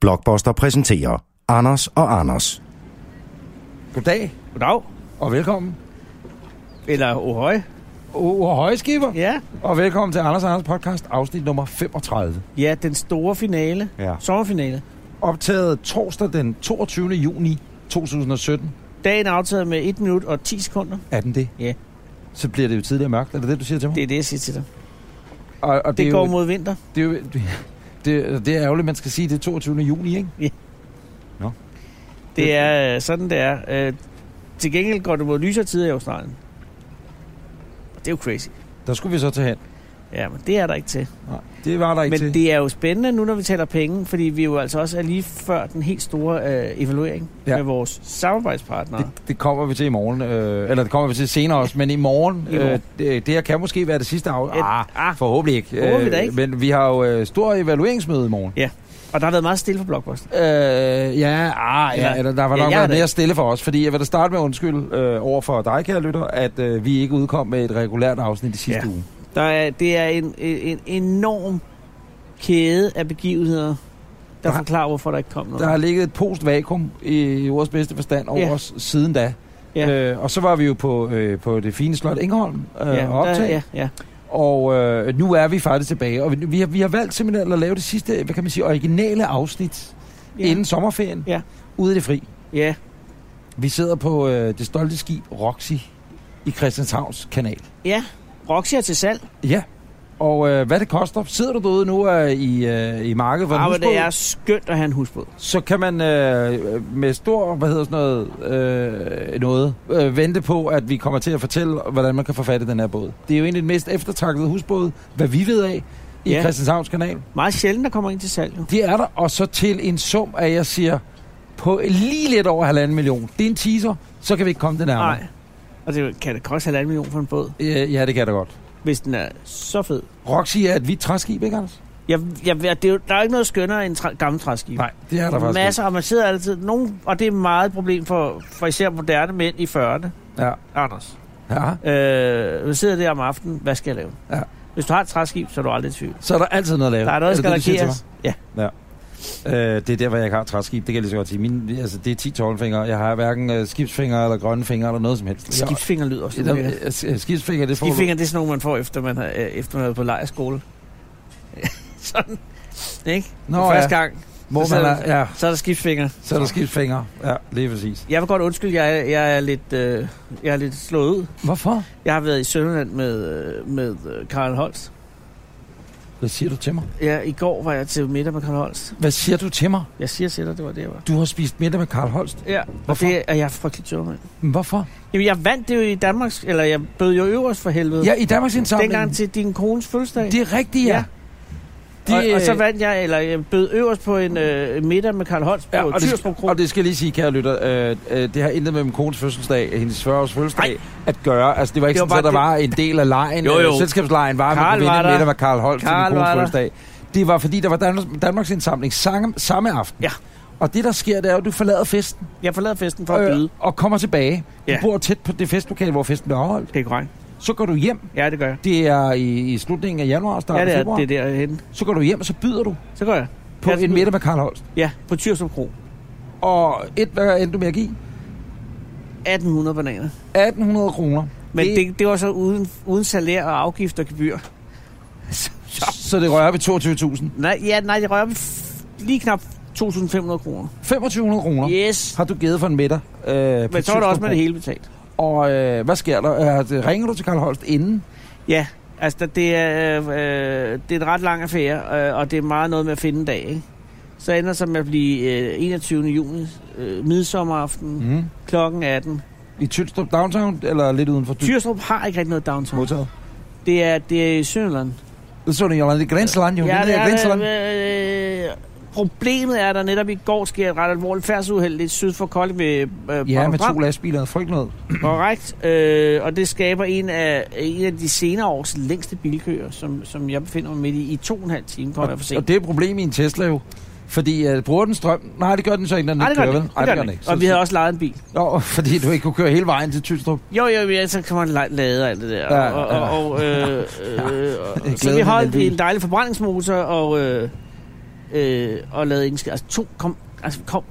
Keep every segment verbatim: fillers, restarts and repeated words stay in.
Blockbuster præsenterer Anders og Anders. Goddag. Goddag. Og velkommen. Eller ohøj. Ohøj, skipper. Ja. Og velkommen til Anders og Anders podcast, afsnit nummer femogtredive. Ja, den store finale. Ja. Sommerfinale. Optaget torsdag den toogtyvende juni to tusind og sytten. Dagen er aftaget med et minut og ti sekunder. Er den det? Ja. Så bliver det jo tidligere mørkt. Er det det, du siger til mig? Det er det, jeg siger til dig. Og, og det, det er går jo, mod vinter. Det er jo det, det er ærgerligt, man skal sige, det er toogtyvende juni, ikke? Ja. Nå. Det er sådan, det er. Øh, til gengæld går det mod lysere tider i Australien. Og det er jo crazy. Der skulle vi så tage hen. Ja, men det er der ikke til. Nej, det var der ikke men til. Men det er jo spændende nu, når vi taler penge, fordi vi jo altså også er lige før den helt store øh, evaluering ja. med vores samarbejdspartnere. Det, det kommer vi til i morgen, øh, eller det kommer vi til senere også, men i morgen, I morgen. Øh, det, det her kan måske være det sidste af... Ah, ah, forhåbentlig ikke. Forhåbentlig da ikke. Men vi har jo øh, stor evalueringsmøde i morgen. Ja, og der har været meget stille for Blockbuster. Øh, ja, ah, ja, eller der var nok ja, været mere stille for os, fordi jeg vil da starte med at undskylde øh, over for dig, kære lytter, at øh, vi ikke udkom med et regulært afsnit i sidste ja. uge. Der er, det er en, en enorm kæde af begivenheder, der, der forklarer, hvorfor der ikke kom noget. Der har ligget et post-vakuum i vores bedste forstand over ja. os siden da. Ja. Øh, og så var vi jo på, øh, på det fine slot Ingeholm øh, ja, og optag. Ja, ja. Og øh, nu er vi faktisk tilbage. Og vi, vi, har, vi har valgt simpelthen at lave det sidste, hvad kan man sige, originale afsnit ja. inden sommerferien. Ja. Ude i det fri. Ja. Vi sidder på øh, det stolte skib Roxy i Christianshavns kanal. Ja. Roxy er til salg. Ja, og øh, hvad det koster. Sidder du derude nu øh, i, øh, i markedet for en husbåd? Det er skønt at have en husbåd. Så kan man øh, med stor, hvad hedder sådan noget, øh, noget øh, vente på, at vi kommer til at fortælle, hvordan man kan forfatte den her båd. Det er jo en af de mest eftertragtede husbåde, hvad vi ved af, i ja. Christianshavns kanal. Meget sjældent, der kommer ind til salg. Jo. Det er der, og så til en sum, at jeg siger, på lige lidt over halvanden million. Det er en teaser, så kan vi ikke komme det nærmere. Nej. Og det kan det koste halvanden million for en båd? Ja, ja, det kan det godt. Hvis den er så fed. Roxy er et hvidt træskib, ikke Anders? Ja, ja, det er jo, der er ikke noget skønnere end træ, gammel træskib. Nej, det er der faktisk. Masser, og man sidder altid... Nogen, og det er meget et problem for, for især moderne mænd i fyrrerne. Ja. Anders. Ja. Øh, man sidder der om aftenen. Hvad skal jeg lave? Ja. Hvis du har et træskib, så er du aldrig i tvivl. Så er der altid noget at lave. Der er noget, der skal lakeres. Ja. Ja. Øh, det er der, hvor jeg ikke har træskib. Det kan jeg lige så godt sige. Mine, altså, det er ti tommelfingre. Jeg har hverken uh, skibsfingre eller grønne fingre eller noget som helst. Skibsfinger lyder også. Ja, uh, skibsfinger, det får skibsfinger, det er sådan nogle, man får efter man har, efter man er på lejrskole. Sådan. Ikke? Nå, første ja. gang. Hvor så, man er, ja. så er der skibsfinger. Så er der skibsfinger. Ja, lige præcis. Jeg vil godt undskylde, jeg, jeg er lidt, øh, jeg er lidt slået ud. Hvorfor? Jeg har været i Sønderland med, med Karl Holst. Hvad siger du til mig? Ja, i går var jeg til middag med Karl Holst. Hvad siger du til mig? Jeg siger til dig, det var det, jeg var. Du har spist middag med Karl Holst? Ja, hvorfor? Og det er jeg frygtelig tør med. Hvorfor? Jamen, jeg vandt det jo i Danmarks, eller jeg bød jo øverst for helvede. Ja, i Danmarks indsamling. Dengang til din kones fødselsdag. Det er rigtigt, ja. ja. Det, og, og så vandt jeg, eller jeg bød øverst på en øh, middag med Karl Holst på ja, og, det, og det skal jeg lige sige, kære lytter, øh, øh, det har intet med min kones fødselsdag, hendes fyrre års fødselsdag, Ej. at gøre. Altså, det var ikke det var sådan, at der var en del af lejen. Jo, jo. Selskabslejen var, at man kunne vinde en middag med Karl Holst til min kones fødselsdag. Det var, fordi der var Danmarks, Danmarks indsamling samme, samme aften. Ja. Og det, der sker, det er, at du forlader festen. Jeg forlader festen for at byde. Øh, og kommer tilbage. Ja. Du bor tæt på det festlokale, hvor festen bliver afholdt. Det er korrekt. Så går du hjem. Ja, det gør jeg. Det er i, i slutningen af januar, starten ja, det er, februar. det er derhenne. Så går du hjem, og så byder du. Så går jeg. På jeg en middag med Karl Holst. Ja, på Tyrstrup Kro. Og et, hvad endte du med at give? atten hundrede bananer. atten hundrede kroner. Men det, det, det var så uden, uden salær og afgift og gebyr. så, så det rører op i toogtyve tusind? Nej, ja, nej, det rører op i f- lige knap to tusind fem hundrede kroner. femogtyve hundrede kroner? Yes. Har du givet for en middag? Øh, Men så var det også med det hele betalt. Og øh, hvad sker der? Øh, ringer du til Karl Holst inden? Ja, altså det er, øh, det er en ret lang affære, øh, og det er meget noget med at finde en dag, ikke? Så ender det som at blive øh, enogtyvende juni, øh, midsommeraften, mm. klokken atten. I Tylstrup Downtown, eller lidt uden for Tylstrup? Tylstrup har ikke rigtig noget downtown. Modtaget. Det er, det er i Sønderland. Det er Sønderjylland, det er Grænseland jo. Ja, det, det er, er det. Øh, problemet er, der netop i går sker et ret alvorligt færdsuheld lidt syd for Kolding ved øh, ja, med to lastbiler og frygt noget. Korrekt. Øh, og det skaber en af, en af de senere års længste bilkøer, som, som jeg befinder mig midt i. I to og en halv time kommer jeg for sent. Og det er et problem i en Tesla jo. Fordi uh, bruger den strøm? Nej, det gør den så ikke, når den Nej, ikke kører, vel? vel? Nej, det gør den ikke. Og vi havde også lejet en bil. Jo, fordi du ikke kunne køre hele vejen til Tylstrup. Jo, jo, ja, så kan man lade alt det der. Ja, og, og, og, øh, øh, ja. Så vi holdt en dejlig forbrændingsmotor, og øh, øh, og lavede ingen skid. Altså, to, kom, altså kom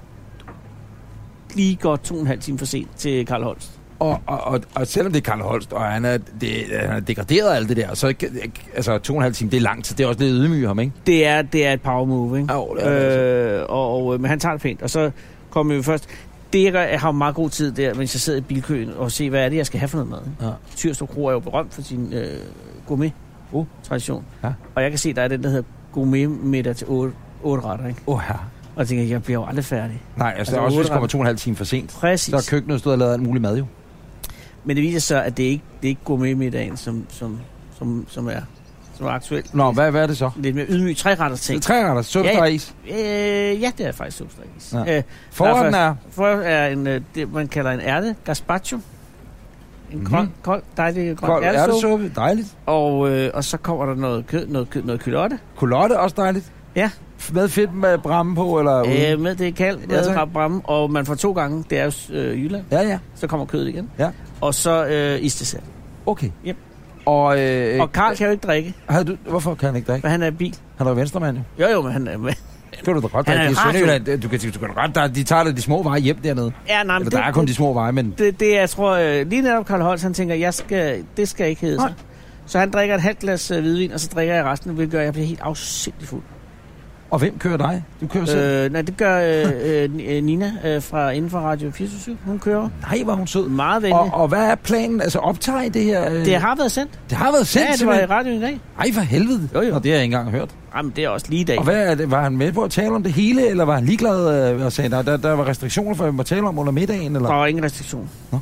lige godt to og en halv time for sent til Carl Holst. Og, og, og, og selvom det er Carl Holst, og han er, det, han er degraderet af alt det der, så altså, to og en halv time, det er lang tid. Det er også lidt ydmyg ham, ikke? Det er, det er et power move, ikke? Oh, det er det, altså. øh, og, og, men han tager det pænt. Og så kommer vi først... Det, jeg gør, jeg har meget god tid der, mens jeg sidder i bilkøen og ser, hvad er det, jeg skal have for noget mad. Ja. Tyrstrup Kro er jo berømt for sin øh, gourmet-tradition. Uh. Ja. Og jeg kan se, der er den, der hedder gourmet-middag til otte, otte retter, ikke? Åh, oh, ja. Og jeg tænker, jeg bliver jo aldrig færdig. Nej, altså, altså også hvis kommer to og en halv time for sent. Præcis. Så er køkkenet stået og lavet alt muligt mad, jo. Men det viser så, at det ikke det er ikke gourmet-middagen, som, som, som, som er... som er aktuelt. Nå, hvad, hvad er det så? Lidt mere ydmyg træretters ting. Træretters, suppe og is? Øh, ja, det er faktisk suppe og is. Ja. Øh, Forretten er? Forretten er en, det, man kalder en ærte gazpacho. En mm-hmm. kold, kold, dejlig grøn kold ærtesuppe. Dejligt. Og, øh, og så kommer der noget kød, noget, kød, noget kylotte. Kylotte, også dejligt? Ja. Med fedt med bramme på, eller? Øh, med det er kaldt, med ja, bramme, og man får to gange, det er jo øh, Jylland. Ja, ja. Så kommer kødet igen. Ja. Og så øh, isdessert. Okay. Yep. Og, øh, og Karl kan jo ikke drikke. Du, hvorfor kan han ikke drikke? For han er bil. Han er venstremand jo. Jo, jo, men han er med. Kan du da godt drikke? Du kan, du kan godt, der, de tager de små veje hjem dernede. Ja, nej, men det, der er kun de små veje, men... Det, det jeg tror, øh, lige netop Carl Holst, han tænker, jeg skal, det skal ikke hedde sig. Så han drikker et halvt glas øh, hvidvin, og så drikker jeg resten, hvilket gør, at jeg bliver helt afsindig fuld. Og hvem kører dig? Du kører selv? Øh, nej, det gør øh, øh, Nina øh, fra inden for Radio fireogtyve syv. Hun kører. Nej, var hun sød. Meget venlig. Og, og hvad er planen? Altså optage det her? Øh... Det har været sendt. Det har været sendt? Ja, det var i radioen i dag. Ej, for helvede. Jo, jo. Og det har jeg ikke engang hørt. Jamen, det er også lige i dag. Og hvad er det? Var han med på at tale om det hele, eller var han ligeglad øh, og sagde, der, der, der var restriktioner for, at man må tale om under middagen? Eller? Der var ingen restriktion. Nå.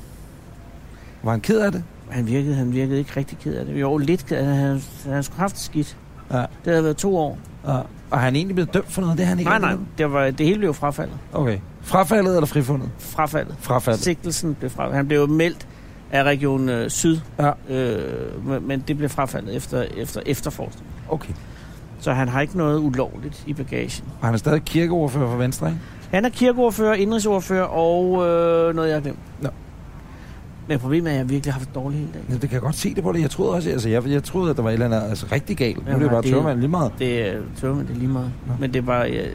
Var han ked af det? Han virkede, han virkede ikke rigtig ked af det. Jo, lidt ked af det. Han, han skulle have haft det skidt. Ja. Det havde været to år. Ja. Og han egentlig blevet dømt for noget? Det han ikke nej, nej. Det, var, det hele blev frafaldet. Okay. Frafaldet eller frifundet? Frafaldet. Frafaldet. Sigtelsen blev frafaldet. Han blev meldt af Region øh, Syd. Ja. Øh, men det blev frafaldet efter, efter efterforskning. Okay. Så han har ikke noget ulovligt i bagagen. Og han er stadig kirkeordfører for Venstre, ikke? Han er kirkeordfører, indrigsordfører og øh, noget, jeg har glemt. Nå. Men problemet er, at jeg virkelig har haft dårligt hele dagen. Ja, det kan jeg godt se det på det. Jeg troede også, altså jeg, jeg troede, at der var et eller andet altså, rigtig galt. Nu ja, er det bare tørmand lige meget. Det er tørmand, det er lige meget. Ja. Men det er bare... Jeg, jeg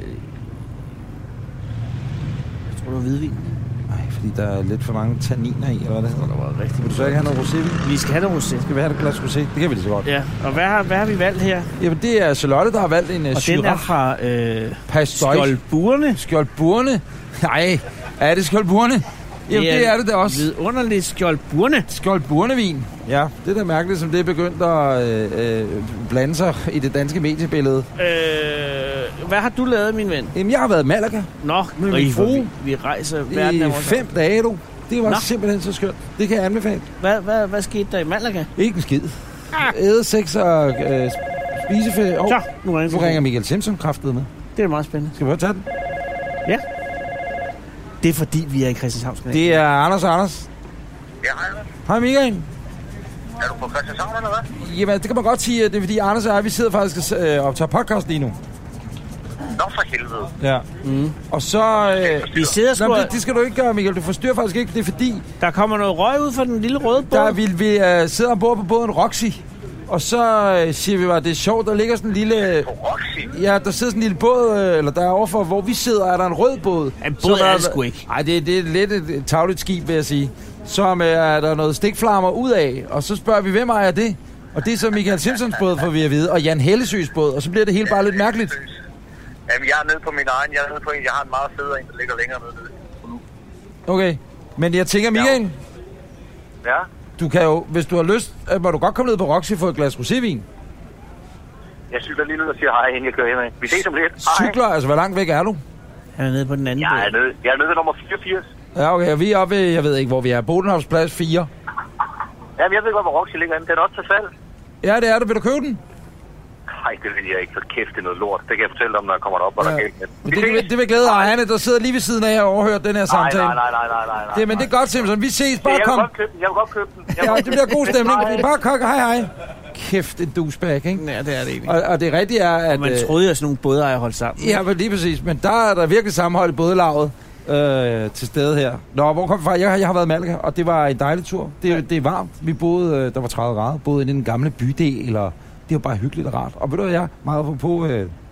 tror, det var hvidvin. Nej, fordi der er lidt for mange tanniner i, eller hvad det hedder. Det var rigtig. Vil du så ikke have noget rosé? Vi skal have noget rosé. Skal vi have et glas rosé? Det kan vi lige så godt. Ja, og hvad har, hvad har vi valgt her? Jamen, det er Charlotte, der har valgt en og Syrah. Og den er fra øh, Skjoldburne. Skjoldburne? Nej, er det Skjoldburne? Jamen, det er, det er det da også. Vidunderligt Skjoldburne. Skjoldburne-vin. Ja, det er da mærkeligt, som det er begyndt at øh, øh, blande sig i det danske mediebillede. Øh, hvad har du lavet, min ven? Jamen, jeg har været i Malaga. Nå, med min frue. Vi, vi rejser verden i fem dage, du. Det var Nå. simpelthen så skønt. Det kan jeg anbefale. Hvad, hvad, hvad skete der i Malaga? Ikke en skid. Ah. Æde, sex og øh, spiseferie. Oh, så, nu ringer, nu ringer Michael Simpson kraftede med. Det er meget spændende. Skal vi høre tage den? Ja. Det er fordi, vi er i Christianshavns kanal. Det er Anders og Anders. Ja, hej. Hej Michael. Er du på Christianshavn eller hvad? Jamen, det kan man godt sige, at det er fordi Anders og jeg, vi sidder faktisk og øh, optager podcast lige nu. Nå for helvede. Ja. Mm. Og så... Øh, vi sidder sgu... Nå, det, det skal du ikke gøre, Michael. Du forstyrrer faktisk ikke. Det er fordi... Der kommer noget røg ud fra den lille røde båd. Der vil vi øh, sidde ombord på båden Roxy. Og så øh, siger vi bare, det er sjovt, der ligger sådan en lille... På Roxy? Ja, der sidder sådan en lille båd, øh, eller der er overfor, hvor vi sidder, er der en rød båd. En båd er det sgu ikke. Nej, det, det er lidt et tagligt skib, vil jeg sige. Som øh, er der noget stikflammer ud af, og så spørger vi, hvem ejer det? Og det er så Michael Simpsons båd, får vi at vide, og Jan Hellesøs båd, og så bliver det hele bare lidt mærkeligt. Jamen, jeg er nede på min egen, jeg er nede på en, jeg har en meget federe en, der ligger længere nede. Okay, men jeg tænker, Michael... Ja? Du kan jo, hvis du har lyst, må du godt komme ned på Roxy for et glas rosévin. Jeg cykler lige ned og siger hej, inden jeg kører hjemme. Vi ses om lidt. Hej. Cykler? Altså, hvor langt væk er du? Han er nede på den anden jeg er nede, jeg er nede ved nummer fireogfirs. Ja, okay, og vi er oppe ved, jeg ved ikke, hvor vi er. Bodenhavns plads fire. Jamen, jeg ved godt, hvor Roxy ligger. Den er også til salg. Ja, det er det. Vil du købe den? Nej, det vil jeg ikke. Så kæft, det er noget lort. Det kan jeg fortælle dig om, når jeg kommer derop. Ja. Der men det, det, det vil glæde dig, Hanne, der sidder lige ved siden af og overhørt den her samtale. Nej, nej, nej, nej, nej, nej. Det, men det er godt, Simpson. Vi ses. Bare jeg kom. Jeg vil godt købe den. Jeg vil godt købe den. Ja, det bliver god stemning. Bare kom. Hej, hej. Kæft, en douchebag, ikke? Ja, det er det ikke. Og, og det rigtige er, at... Man troede, at sådan nogle bådejer holdt sammen. Ja, men lige præcis. Men der er der virkelig sammenhold i bådelaget øh, til stede her. Nå, hvor kom vi fra? Jeg, jeg har været i Malaga, og det var en dejlig tur. Det, ja. det er varmt. Vi boede, der var tredive grader, boede inde i den gamle bydel, eller... Det var bare hyggeligt og rart. Og ved du hvad, jeg meget på, på øh,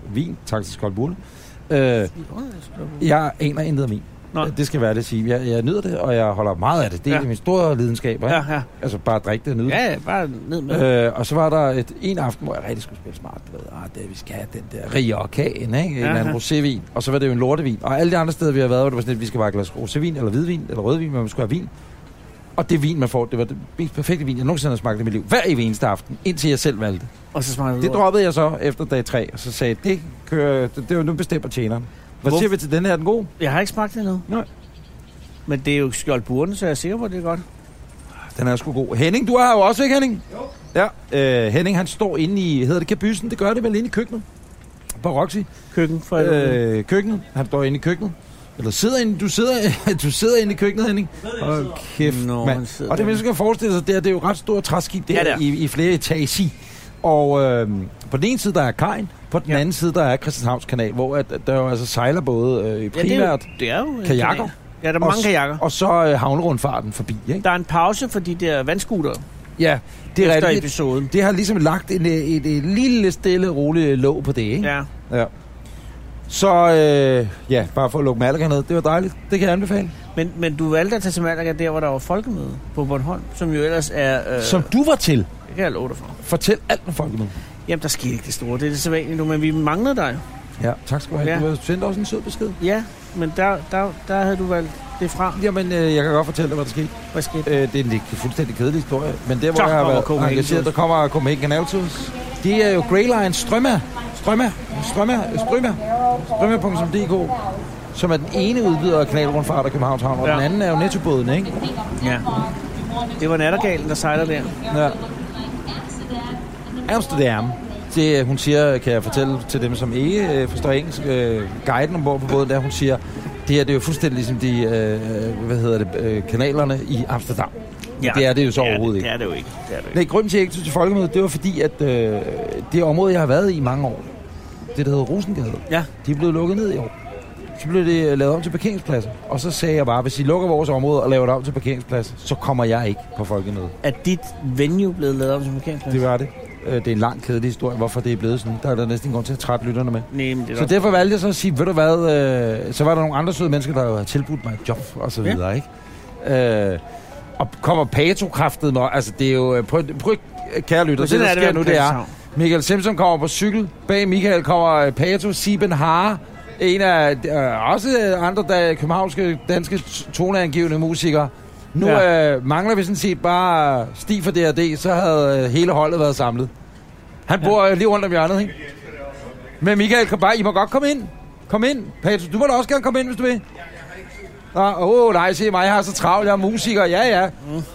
vin, taktisk Skjold Burne. Øh, jeg aner intet af vin. Nå. Det skal være det at sige. Jeg, jeg nyder det, og jeg holder meget af det. Det er ja. min store lidenskab. Ja, ja. Altså bare drikke det og nyde det. Ja, ja, bare ned med øh, Og så var der et, en aften, hvor jeg rigtig skulle spille smart. Du ved, ah, det, vi skal have den der Riocaen, ikke? En ja, eller anden rosévin. Og så var det jo en lortevin. Og alle de andre steder, vi har været, hvor det var sådan, at vi skal bare have glas rosévin, eller hvidvin, eller rødvin, men man skulle have vin. Og det vin, man får, det var det mest perfekte vin, jeg nogensinde har smagt i mit liv. Hver evig eneste aften, indtil jeg selv valgte. Og så smagte det droppede jeg så efter dag tre, og så sagde det kører, det, det var nu bestemt på tjeneren. Hvad Hvor? siger vi til den her? Er den god? Jeg har ikke smagt det endnu. Nej. Men det er jo Skjold Burne, så jeg er sikker på, at det er godt. Den er sgu god. Henning, du er jo også, ikke Henning? Jo. Ja, øh, Henning han står inde i, hedder det kabysen? Det gør det vel inde i køkkenet? På Roxy. Køkken for øh, køkkenet. Han står inde i køkkenet. Eller sidder inde, du sidder, du sidder inde i køkkenet, Henning. Åh, kæft, Nå, mand. Og det, man skal forestille sig, det er, det er jo ret stort træskib der, ja, i, i flere etager. Og øh, på den ene side, der er kajen. På den ja. anden side, der er Christianshavns kanal, hvor at, der jo altså sejler både øh, primært ja, det er jo, det er jo kajakker. Ja, der er mange kajakker. Og så øh, havnerundfarten forbi, ikke? Der er en pause for de der vandskutere. Ja, det er rigtigt. Episoden. Det har ligesom lagt en, et, et, et lille, stille, roligt låg på det, ikke? Ja. Ja. Så øh, ja, bare for at lukke Malaga ned. Det var dejligt. Det kan jeg anbefale. Men, men du valgte at tage til Malaga der, hvor der var folkemøde på Bornholm, som jo ellers er... Øh, som du var til? Det kan jeg love dig for. Fortæl alt om folkemøde. Jamen, der skete ikke det store. Det er det sædvanlige nu, men vi manglede dig. Ja, tak skal du have. Ja. Du sendte også en sød besked. Ja, men der, der, der havde du valgt det fra. Jamen, øh, jeg kan godt fortælle dig, hvad der skete. Hvad skete? Øh, det er en fuldstændig kedelig historie. Men der, hvor så jeg har været engageret, der kommer Copenhagen Canal Tours. Det er jo Grey Line Strømmer. Strømmer. Strømmer. Strømmer. Strømmer punktum d k. Som er den ene udbyder af kanalrundfart af Københavns Havn. Og ja. den anden er jo Nettobåden, ikke? Ja. Det var Nattergalen, der sejler der. Ja. Amsterdam. Det, hun siger, kan jeg fortælle til dem, som ikke øh, forstår engelsk, øh, guiden ombord på båden, der hun siger, det her det er jo fuldstændig ligesom de, øh, hvad hedder det, øh, kanalerne i Amsterdam. Ja, det er det jo så det overhovedet det, ikke. Det er det jo ikke. Det er det ikke. Nej, grunden til, at jeg ikke tog til folkemødet, det var fordi, at øh, det område, jeg har været i mange år, det der hedder Rosengade, ja. de er blevet lukket ned i år. Så blev det lavet om til parkeringspladser. Og så sagde jeg bare, hvis I lukker vores område og laver det om til parkeringspladser, så kommer jeg ikke på folkemødet. Er dit venue blevet lavet om til parkeringspladser? Det var det. Det er en lang kedelig historie, hvorfor det er blevet sådan. Der er der næsten en grund til at trætte lytterne med. Nej, men det så derfor valgte jeg så at sige, ved du hvad, øh, så var der nogle andre søde mennesker, der havde tilbudt mig et job og så videre, ja. ikke? Øh, og kommer patokraftet mig, altså det er jo, prøv, prøv kære lytter, det der sker nu, det er, Michael Simpson kommer på cykel, bag Michael kommer Pato, Siben Hare, en af øh, også andre der, københavnske, danske toneangivende musikere. Nu ja. øh, mangler vi sådan set bare Stig for D R D, så havde øh, hele holdet været samlet. Han bor ja. lige rundt om hjørnet, ikke? Men Michael, kom bare, I må godt komme ind. Kom ind. Pato, du må da også gerne komme ind, hvis du vil. Åh, oh, nej, se mig, jeg har så travlt, jeg er musiker. Ja, ja. Mm.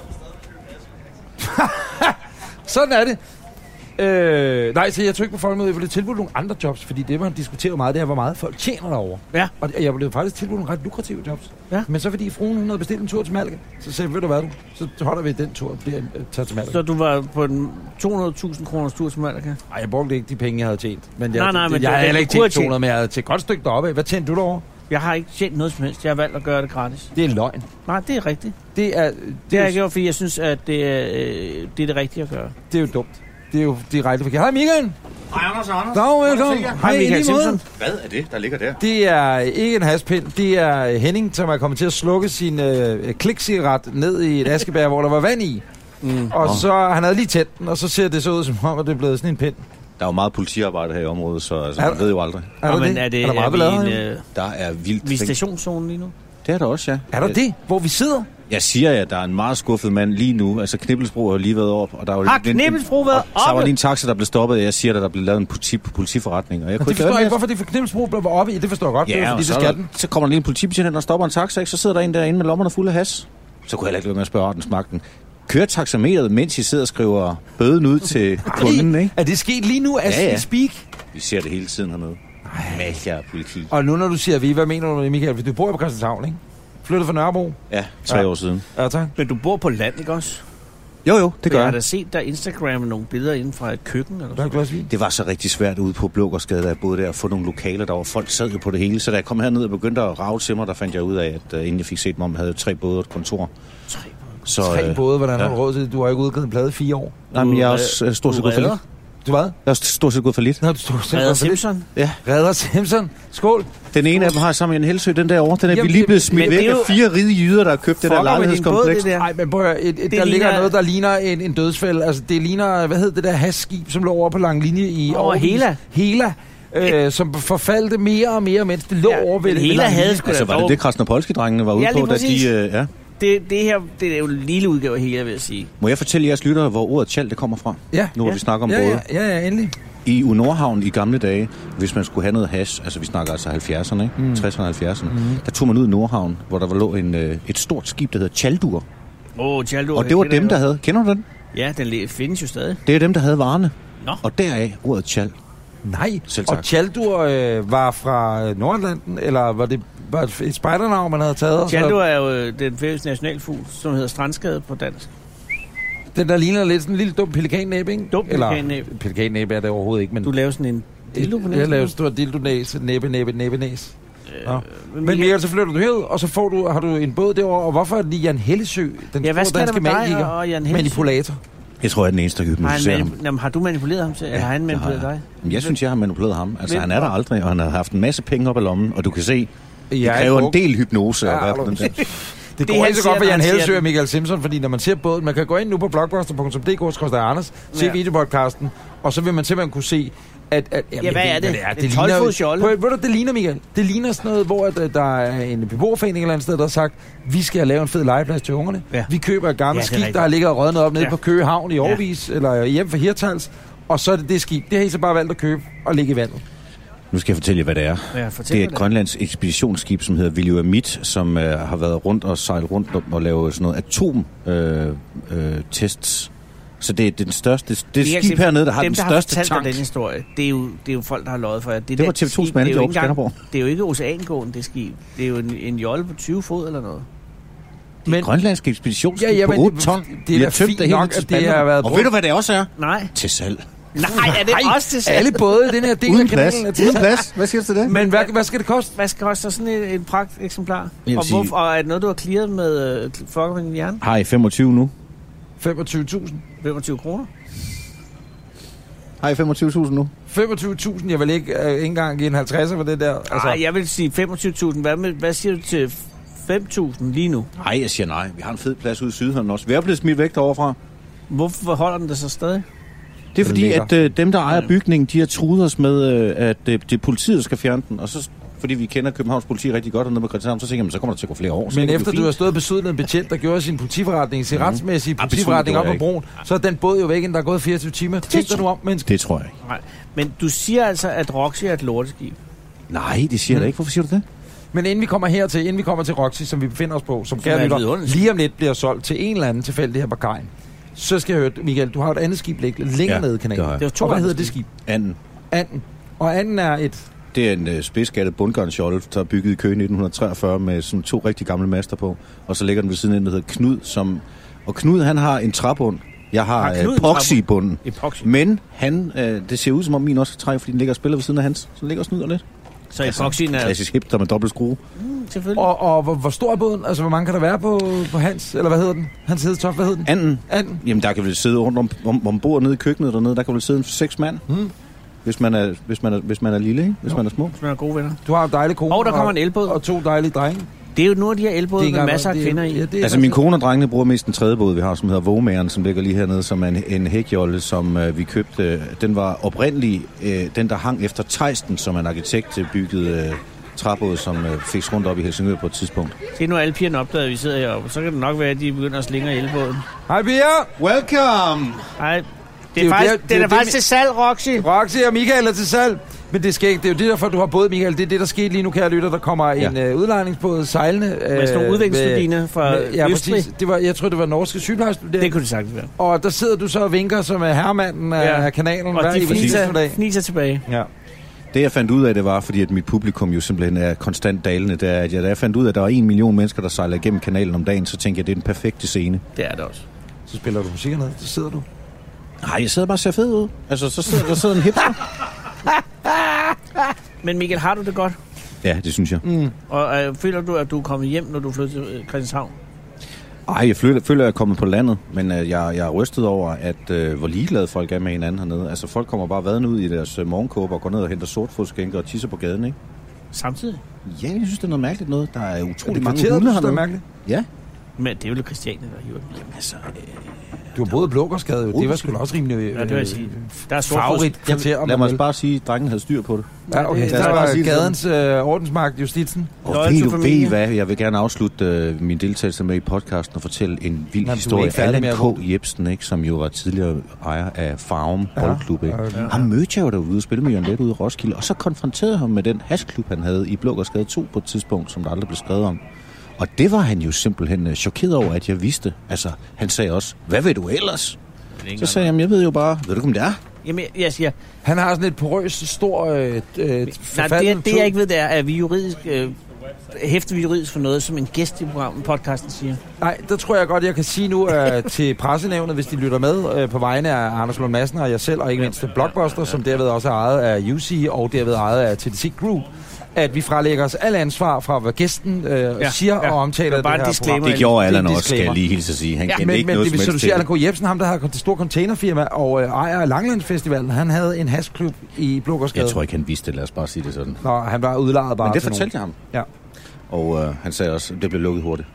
Sådan er det. Øh, nej, så jeg tog ikke på folkemødet, jeg blev tilbudt nogle andre jobs, fordi det, man diskuterer meget, det er, hvor meget folk tjener derovre. Ja. Og jeg blev faktisk tilbudt nogle ret lukrative jobs. Ja. Men så fordi fruen, hun havde bestilt en tur til Malaga, så sagde jeg, ved du hvad du, så holder vi den tur og bliver taget til Malaga. Så du var på en to hundrede tusind kroners tur til Malaga? Nej, jeg brugte ikke de penge, jeg havde tjent. Men jeg, nej, nej, det, men jeg det, havde heller ikke tjent to hundrede, men jeg havde til et godt stykke deroppe. Hvad tjente du derovre? Jeg har ikke tjent noget som helst. Jeg har valgt at gøre det gratis. Det er løgn. Nej, det er rigtigt. Det er, det det har jeg gjort, fordi jeg synes, at det er, øh, det er det rigtige at gøre. Det er jo dumt. Det er jo direkte forkert. Hej Michael! Hej Anders Anders! Dag, velkommen! Hej Michael Simpson! Hvad er det, der ligger der? Det er ikke en haspind. Det er Henning, som er kommet til at slukke sin øh, klikcigaret ned i et askebær, hvor der var vand i. Mm. Og oh. så han havde lige tændt den, og så ser det så ud som om, at det er blevet sådan en pind. Der er jo meget politiarbejde her i området, så altså, man ved jo aldrig. Er der, det? Er det, er der meget er vi en, øh, der er vildt. Visitationszone lige nu? Det er der også, ja. Er der det? Hvor vi sidder? Jeg siger ja, der er en meget skuffet mand lige nu. Altså, Knibbelsbro har lige været op. Og der var har Knibbelsbro været oppe? Så var lige en taxa, der blev stoppet. Jeg siger, at der blev lavet en politi- politiforretning. Og jeg kunne det forstår ikke, hvorfor det for Knibbelsbro blev oppe i. Det forstår jeg godt. Ja, det er, fordi så, det skal den. Så kommer der lige en politibetjent hen og stopper en taxa, ikke? Så sidder der en derinde med lommerne fulde af has. Så kunne jeg heller ikke lade med at spørge ordensmagten. Kører taxameteret, mens I sidder og skriver bøden ud til kunden, ikke? Er det sket lige nu, as ja, ja. we speak? Vi ser det hele tiden hernede. Masser politi. Og nu når du siger vi, hvad mener du med Michael? For du bor på Christianshavn, ikke? Flyttet fra Nørrebro? Ja, tre ja. år siden. Ja, tak. Men du bor på land, ikke også? Jo, jo, det gør jeg. Jeg har da set der Instagram nogle billeder inden fra et køkken. Eller der det var så rigtig svært ude på Blågårdsgade, da jeg boede der, at få nogle lokaler, der var folk sad jo på det hele. Så da jeg kom herned og begyndte at rave til mig, der fandt jeg ud af, at uh, inden jeg fik set dem om, havde tre både og et kontor. Tre, så, tre både? Hvordan ja. har du råd til det? Du har ikke udgivet en plade i fire år. Nej, men jeg er også uh, stort set gået Du hvad? Jeg er stort set gået for lidt. Nå, du stod Redder Simpson. Ja. Redder Simpson. Skål. Den ene af dem har sammen en Helsø, den der over. Den er Jamen, vi lige blevet det- smidt men væk det er af jo- fire rige jyder, der har købt det der Fucker med din båd, lejlighedskompleks. det der. Nej, men prøv at høre, et, et, Det der ligger ligner- noget, der ligner en, en dødsfælde. Altså, det ligner, hvad hed det der hasskib, som lå over på lang linje i Over Aarhus? Hela. Hela. Øh, som forfaldte mere og mere, mens det lå Ja, over ved men ved Hela lang havde linje. sgu Altså, da var det dog- det, Krasnopolski-drengene var ude Ja, lige på, da præcis. de... Øh, ja. Det, det her, det er jo en lille udgave af Hela, vil jeg sige. Må jeg fortælle jeres lyttere, hvor ordet tjal det kommer fra? Ja. Nu hvor Ja. vi snakker om Ja, både. ja, ja, ja, endelig. I U Nordhavn i gamle dage, hvis man skulle have noget hash, altså vi snakker altså halvfjerdserne, ikke? Mm. tresserne og halvfjerdserne, mm. der tog man ud i Nordhavn, hvor der lå en, øh, et stort skib, der hedder Tjaldur. Åh, oh, Tjaldur. Og det var dem, der havde... Kender du den? Ja, den le- findes jo stadig. Det er dem, der havde varerne. Nå. Og deraf ordet tjal. Nej, Selv tak. og Tjaldur øh, var fra øh, Nordatlanten, eller var det var det et spejdernavn, man havde taget? og så- Tjaldur er jo øh, den færøske nationalfugl, som hedder strandskade på dansk. Den der ligner lidt sådan en lille dum pelikannæb, ikke? Dum pelikannæb. Eller, pelikannæb er det overhovedet ikke, men... Du laver sådan en dildo på næsen. Jeg laver stor dildo-næs, næbe, næbe, næbe, næs. Øh, Nå. Men Michael, så flytter du herud, og så får du, har du en båd derovre, og hvorfor er det lige Jan Hellesø, den Ja, hvad store skal der danske med dig magiker, og- og Jan Hellesøe? manipulator? Jeg tror, jeg er den eneste, der har, hypnotiserer han ham. manip- Jamen, har du manipuleret ham til, eller har han det har manipuleret jeg. dig? Jamen, Jeg synes, jeg har manipuleret ham. Altså, Hvem? han er der aldrig, og han har haft en masse penge op ad lommen, og du kan se, det Jeg kræver en del hypnose. at Ja, være på den der. Det Det, går han ikke så siger, godt for når Jan han siger Hellesø den. og Michael Simpson, fordi når man ser båden, man kan gå ind nu på blockbuster punktum d k skråstreg Anders, se Ja. videopodcasten, og så vil man simpelthen kunne se, at... at jamen, Ja, hvad jeg er ved det? ikke, hvad Det er tolv fods jolle. Prøv, ved du, det ligner, Michael? Det ligner sådan noget, hvor at, øh, der er en beboerforening eller andet sted, der har sagt, vi skal lave en fed legeplads til ungerne. Ja. Vi køber et gammelt Ja, det er skib, rigtigt. der har ligget og rødnet op nede Ja. på Køge Havn i Aarhus, eller hjem for Hirtals, og så er det det skib. Det har I så bare valgt at købe og lægge i vandet. Nu skal jeg fortælle jer, hvad det er. Ja, fortæl Det er mig et grønlands ekspeditionsskib, som hedder Viljuamit, som øh, har været rundt og sejlet rundt og, og lavet sådan noget atom-tests. Øh, øh, tests. Så det er den største, det er Vi et kan skib se- hernede, der har dem, den der største har fortalt tank. dig den historie, det er, jo, det er jo folk, der har løjet for jer. Det var T V to's skib, det er manager jo oppe ikke i Skanderborg. engang- Det er jo ikke oceangående, det skib. Det er jo en, en jolle på tyve fod eller noget. Det er et grønlandsk ekspeditionsskib Ja, ja, på men otte det- ton. det er Vi da har tømt fint hele nok, til at det har spanderne. været Og brugt. ved du, hvad det også er? Nej. Til salg. Nej, er det Ej, også til salg? alle både i den her del Uden af plads. kanalen er til Uden salg. plads. Hvad siger du til det? Men hvad, hvad skal det koste? Hvad skal koste sådan et, et pragt eksemplar? Jeg vil Og, sige- hvorfor, og er det noget, du har clearet med øh, flokker med din hjerne? Har I femogtyve nu? femogtyve tusind. femogtyve kroner? Har I femogtyve tusind nu? femogtyve tusind, jeg vil ikke, øh, ikke engang give en halvtredser for det der. Altså, Ej, jeg vil sige femogtyve tusind. Hvad, med, hvad siger du til fem tusind lige nu? Nej, jeg siger nej. Vi har en fed plads ude i Sydhavn også. Vi er blevet smidt væk deroverfra. Hvorfor holder den det så stadig? Det er fordi, ligger. at øh, dem, der ejer bygningen, de har truet os med, øh, at øh, det er politiet, der skal fjerne den. Og så, fordi vi kender Københavns politi rigtig godt, og nede på Christianshavn, så tænker man, så kommer der til at gå flere år. Så Men det efter bliver du har fint. stået besøget en betjent, der gjorde sin politiforretning, sin retsmæssige Ah, politiforretning besluttet op på gjorde jeg broen, så er den båd jo væk, inden der er gået fireogtyve timer. Tænk dig nu om, menneske. Det tror jeg ikke. Nej. Men du siger altså, at Roxy er et lorteskib. Nej, det siger jeg da ikke. Hvorfor siger du det? Men inden vi kommer hertil, inden vi kommer til Roxy, som vi befinder os på, som er kære et lytter, vidunderligt lige om lidt bliver solgt til en eller anden tilfældig her på kajen. Så skal jeg høre, Michael, du har et andet skib liggende længere Ja, nede i det kanalen. har jeg. Det er jo to Og hvad andre hedder det skib. skib? Anden. Anden. Og anden er et... Det er en øh, spidsgattet bundgarnskjold, der er bygget i Køge nitten treogfyrre med sådan to rigtig gamle master på. Og så ligger den ved siden af en, der hedder Knud. Som... Og Knud, han har en træbund. Jeg har, Har har Knud en epoxy-bunden. Epoxy. Men han, øh, det ser ud som om min også skal trække, fordi den ligger og spiller ved siden af hans. Så den ligger og snyder lidt. Så epoxyen er... Klassisk hipster med dobbelt skrue. Mm, selvfølgelig. Og, og hvor, hvor stor er båden? Altså, hvor mange kan der være på, på hans? Eller hvad hedder den? Hans hedetop, hvad hedder den? Anden. Anden. Jamen, der kan vel sidde rundt om, om, om bord nede i køkkenet dernede. Der kan vel sidde en seks mand. Hmm. Hvis man er, hvis man er, hvis man er lille, ikke? Hvis Jo. man er små. Hvis man er gode venner. Du har en dejlig kone. Og der kommer en elbåd. Og to dejlige drenge. Det er jo nogle af de her elbåde med engang- masser af det er- kvinder i. Ja, det er Altså, min kone og drengene bruger mest den tredje båd, vi har, som hedder Vågemageren, som ligger lige hernede, som er en, en hækjolle, som øh, vi købte. Den var oprindelig øh, den, der hang efter Theisten, som er en arkitekt bygget øh, træbåd, som øh, fik rundt op i Helsingør på et tidspunkt. Det er nu alle pigerne opdaget, at vi sidder heroppe. Så kan det nok være, at de begynder at slinge i elbåden. Hej, Pia! Welcome! Nej, Det det er er, jo faktisk, det- det det er er jo faktisk det, til salg, Roxy. Roxy og Michael er til salg. Men det skal ikke. Det er jo det derfor, du har båd, Michael. Det er det, der skete lige nu, kære lytter. Der kommer Ja. en øh, udlejningsbåd sejlende. Øh, Med sådan nogle udviklingsturbiner fra med- Ja, Østrig. præcis. Det var, jeg tror, det var norske sygeplejestuderende. Det kunne det sagtens være. Og der sidder du så og vinker som er herremanden af, Ja. af kanalen. Og hver de evig eneste fniser, dag. fniser tilbage. Ja. Det, jeg fandt ud af, det var, fordi at mit publikum jo simpelthen er konstant dalende, det er, at jeg, da jeg fandt ud af, at der var en million mennesker, der sejler igennem kanalen om dagen, så tænkte jeg, at det er den perfekte scene. Det er det også. Så spiller du musik hernede. Så sidder du. Nej, jeg sidder bare og ser fed ud. Altså, så sidder der sidder en hipster. Men Michael, har du det godt? Ja, det synes jeg. Mm. Og øh, føler du, at du er kommet hjem, når du flytter til øh, Christianshavn? Ej, jeg føler, føler, at jeg er kommet på landet, men uh, jeg, jeg er rystet over, at uh, hvor ligeglade folk er med hinanden hernede. Altså, folk kommer bare vaden ud i deres uh, morgenkåber og går ned og henter sortfodskænker og tisser på gaden, ikke? Samtidig? Ja, jeg synes, det er noget mærkeligt noget. Der er utrolig det mange kvarteret, hunde du synes, det er hernede. mærkeligt? Ja. Men det er jo Christiane, der hiver dem. Jamen, altså, øh, Du har boet i Blågårdsgade, jo. Det var sgu da også rimelig Ja, det vil jeg sige. Der er favorit kvarter. om lad man mig vil. bare sige, at drengen havde styr på det. Ja, okay. det- Der lad os var bare sige det gadens øh, ordensmagt, justitsen. Og Loyal ved to du, ved familie. I hvad? Jeg vil gerne afslutte øh, min deltagelse med i podcasten og fortælle en vild Nå, du er historie. ikke færdig med Allan at K. Jebsen, ikke, som jo var tidligere ejer af Farum Ja. Boldklub. Ikke? Ja. Han mødte jeg jo derude og spillede med Jørgen Leth ude i Roskilde, og så konfronterede ham med den hashklub, han havde i Blågårdsgade to på et tidspunkt, som der aldrig blev skrevet om. Og det var han jo simpelthen øh, chokeret over, at jeg vidste. Altså, han sagde også, hvad ved du ellers? Så sagde jeg, jeg ved jo bare, ved du om det er? Jamen, jeg siger... Han har sådan et porøst, stor øh, øh, Nej, forfaldet det, det jeg ikke ved, det er, at vi juridisk... Øh, hæfter vi juridisk for noget, som en gæst i programmet, podcasten siger. Nej, der tror jeg godt, jeg kan sige nu uh, til pressenævnet, hvis de lytter med, uh, på vegne af Anders Lund Madsen og jeg selv, og ikke mindst Blockbuster, som derved også er ejet af U C og derved ejet af T D C Group, at vi frelægger os alle ansvar fra, hvad gæsten uh, ja, siger ja. og omtaler Det er bare det en her disclaimer. program. Det gjorde Allan Det er en også, skal jeg disclaimer. lige hilse at sige. Han Ja, kendte men, ikke men noget det, hvis som du helst siger til Allan K. Jebsen, ham der har det store containerfirma og øh, ejer af Langlandsfestivalen, han havde en hashklub i Blågårdsgade. Jeg tror ikke, han vidste det. Lad os bare sige det sådan. Nå, han var udlejet bare Men det til fortalte jeg ham. Ja. Og øh, han sagde også, at det blev lukket hurtigt.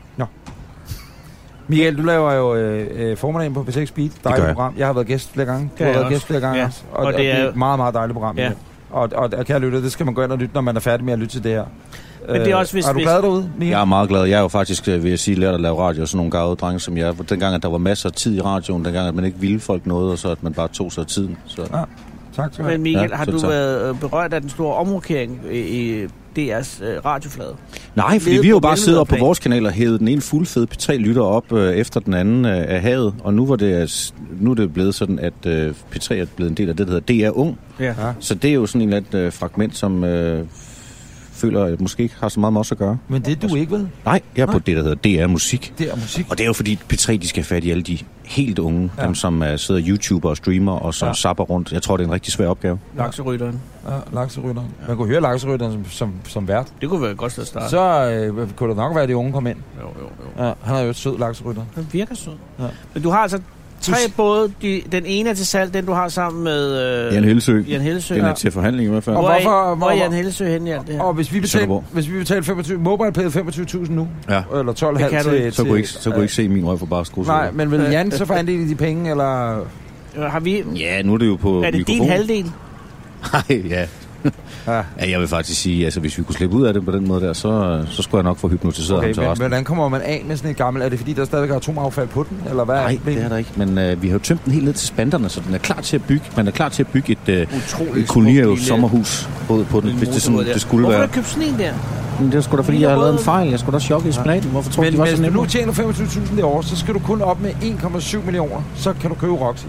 Michael, du laver jo øh, øh, formiddagen på P seks Beat. Dejligt gør jeg. program. Jeg har været gæst flere gange. Du Gør har jeg været også. gæst flere gange Ja. også. Og, Og og det det er er- et meget, meget dejligt program. Ja. Ja. Og, og, og kære lytter, det skal man gå ind og lytte, når man er færdig med at lytte til det her. Men det er også, hvis- er du hvis- glad derude, Michael? Jeg er meget glad. Jeg er jo faktisk, vil jeg sige, lært at lave radio, og sådan nogle gavede drenge som jeg. Dengang, at der var masser af tid i radioen, dengang, at man ikke ville folk noget, og så at man bare tog sig af tiden. Så. Ja. Tak skal du Men have. Michael, Ja, har selv du tak. været øh, berørt af den store omrokering i, i D R's øh, radioflade? Nej, fordi Nede vi har jo på bare siddet op på mellemlederplan. vores kanal og hævet den ene fuldfed P tre lytter op øh, efter den anden øh, af havet. Og nu, var det, altså, nu er det blevet sådan, at øh, P tre er blevet en del af det, der hedder D R Ung. Ja. Ja. Så det er jo sådan en eller anden øh, fragment, som øh, føler, at måske ikke har så meget med os at gøre. Men det er du ikke ved. Nej, jeg er på det, der hedder D R Musik. Det er musik. Og det er jo fordi P tre, de skal have fat i alle de helt unge, Ja. ja. dem som uh, sidder YouTuber og streamer og som Ja. ja. zapper rundt. Jeg tror, det er en rigtig svær opgave. Lakserytteren. Ja, lakserytteren. Man kunne høre lakserytteren som, som, som vært. Det kunne være et godt sted at starte. Så øh, kunne det nok være, at de unge kom ind. Jo, jo, jo. Ja, han er jo et sød lakserytter. Den virker sød. Ja. Men du har altså tre både. De, den ene er til salg, den du har sammen med øh, Jan Hellesø. Jan Hellesø. Den er Ja. til forhandling i hvert fald. Og Hvor, er, hvorfor- hvor er hvor- Jan Hellesø henne i alt det her? Og hvis vi betaler, Sønderborg. hvis vi betaler femogtyve, MobilePay femogtyve tusind nu, Ja. eller tolv Det kan halvt du til... ikke. Så kunne I ikke, til- så kunne I ikke se min røg for bare skrues. Nej, men vil Jan så få andel i de penge, eller... Har vi, Ja, nu er det jo på er det mikrofon. din halvdel? Nej, ja. Ja. Ja, jeg vil faktisk sige, altså hvis vi kunne slippe ud af det på den måde der, så, så skulle jeg nok få hypnotiseret Okay, ham til men resten. hvordan kommer man af med sådan et gammelt? Er det fordi, der stadig er atomaffald på den, eller hvad? Nej, problemet? det er der ikke. Men øh, vi har jo tømt den helt ned til spanderne, så den er klar til at bygge. Man er klar til at bygge et, øh, Utroligt et smukt kolonihav lille- sommerhus på, på den, lille hvis det, sådan, motorvej der. det skulle Hvorfor være. har du købt sådan en der? Men det er sgu da, fordi jeg har lavet en fejl. Jeg skulle da chokke i spinaten. Hvorfor tror du, Men det var hvis så du nu nemt? tjener femogtyve tusind det år, så skal du kun op med en komma syv millioner. Så kan du købe Roxy.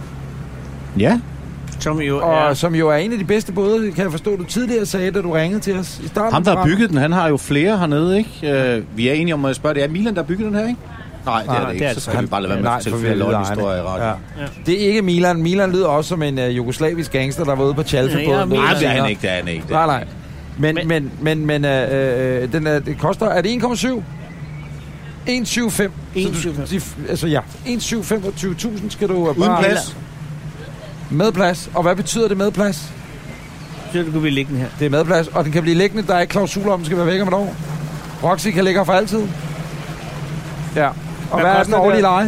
Ja, Som jo Og er... som jo er en af de bedste både, kan jeg forstå, du tidligere sagde, da du ringede til os i starten. ham af der har programmet. bygget den, han har jo flere hernede, ikke? Uh, vi er enige om at spørge, det er Milan, der har bygget den her, ikke? Nej, det er Nej, det det er ikke. det Så skal vi bare lade være med Nej, at for fortælle vi flere er løgnhistorier i egne. radioen. Ja. Ja. Det er ikke Milan. Milan lyder også som en uh, jugoslavisk gangster, der var ude på Chalfe Ja, på. ja, Milan. Nej, det er han ikke, det er han ikke. Det er Nej, han nej. ikke. Men, Men- men, men, men øh, øh, den er, det koster, er det en komma syv? en komma syv fem. en komma syv fem. Så du- de- Altså ja, en komma syv femogtyve tusind skal du øh, Uden bare... plads. Med plads. Og hvad betyder det med plads? Så det kunne vi liggende her. Det er med plads, og den kan blive liggende. Der er ikke klausuler om, den skal være væk om et år. Roxy kan ligge her for altid. Ja. Og hvad, hvad er koster den årlige det? leje?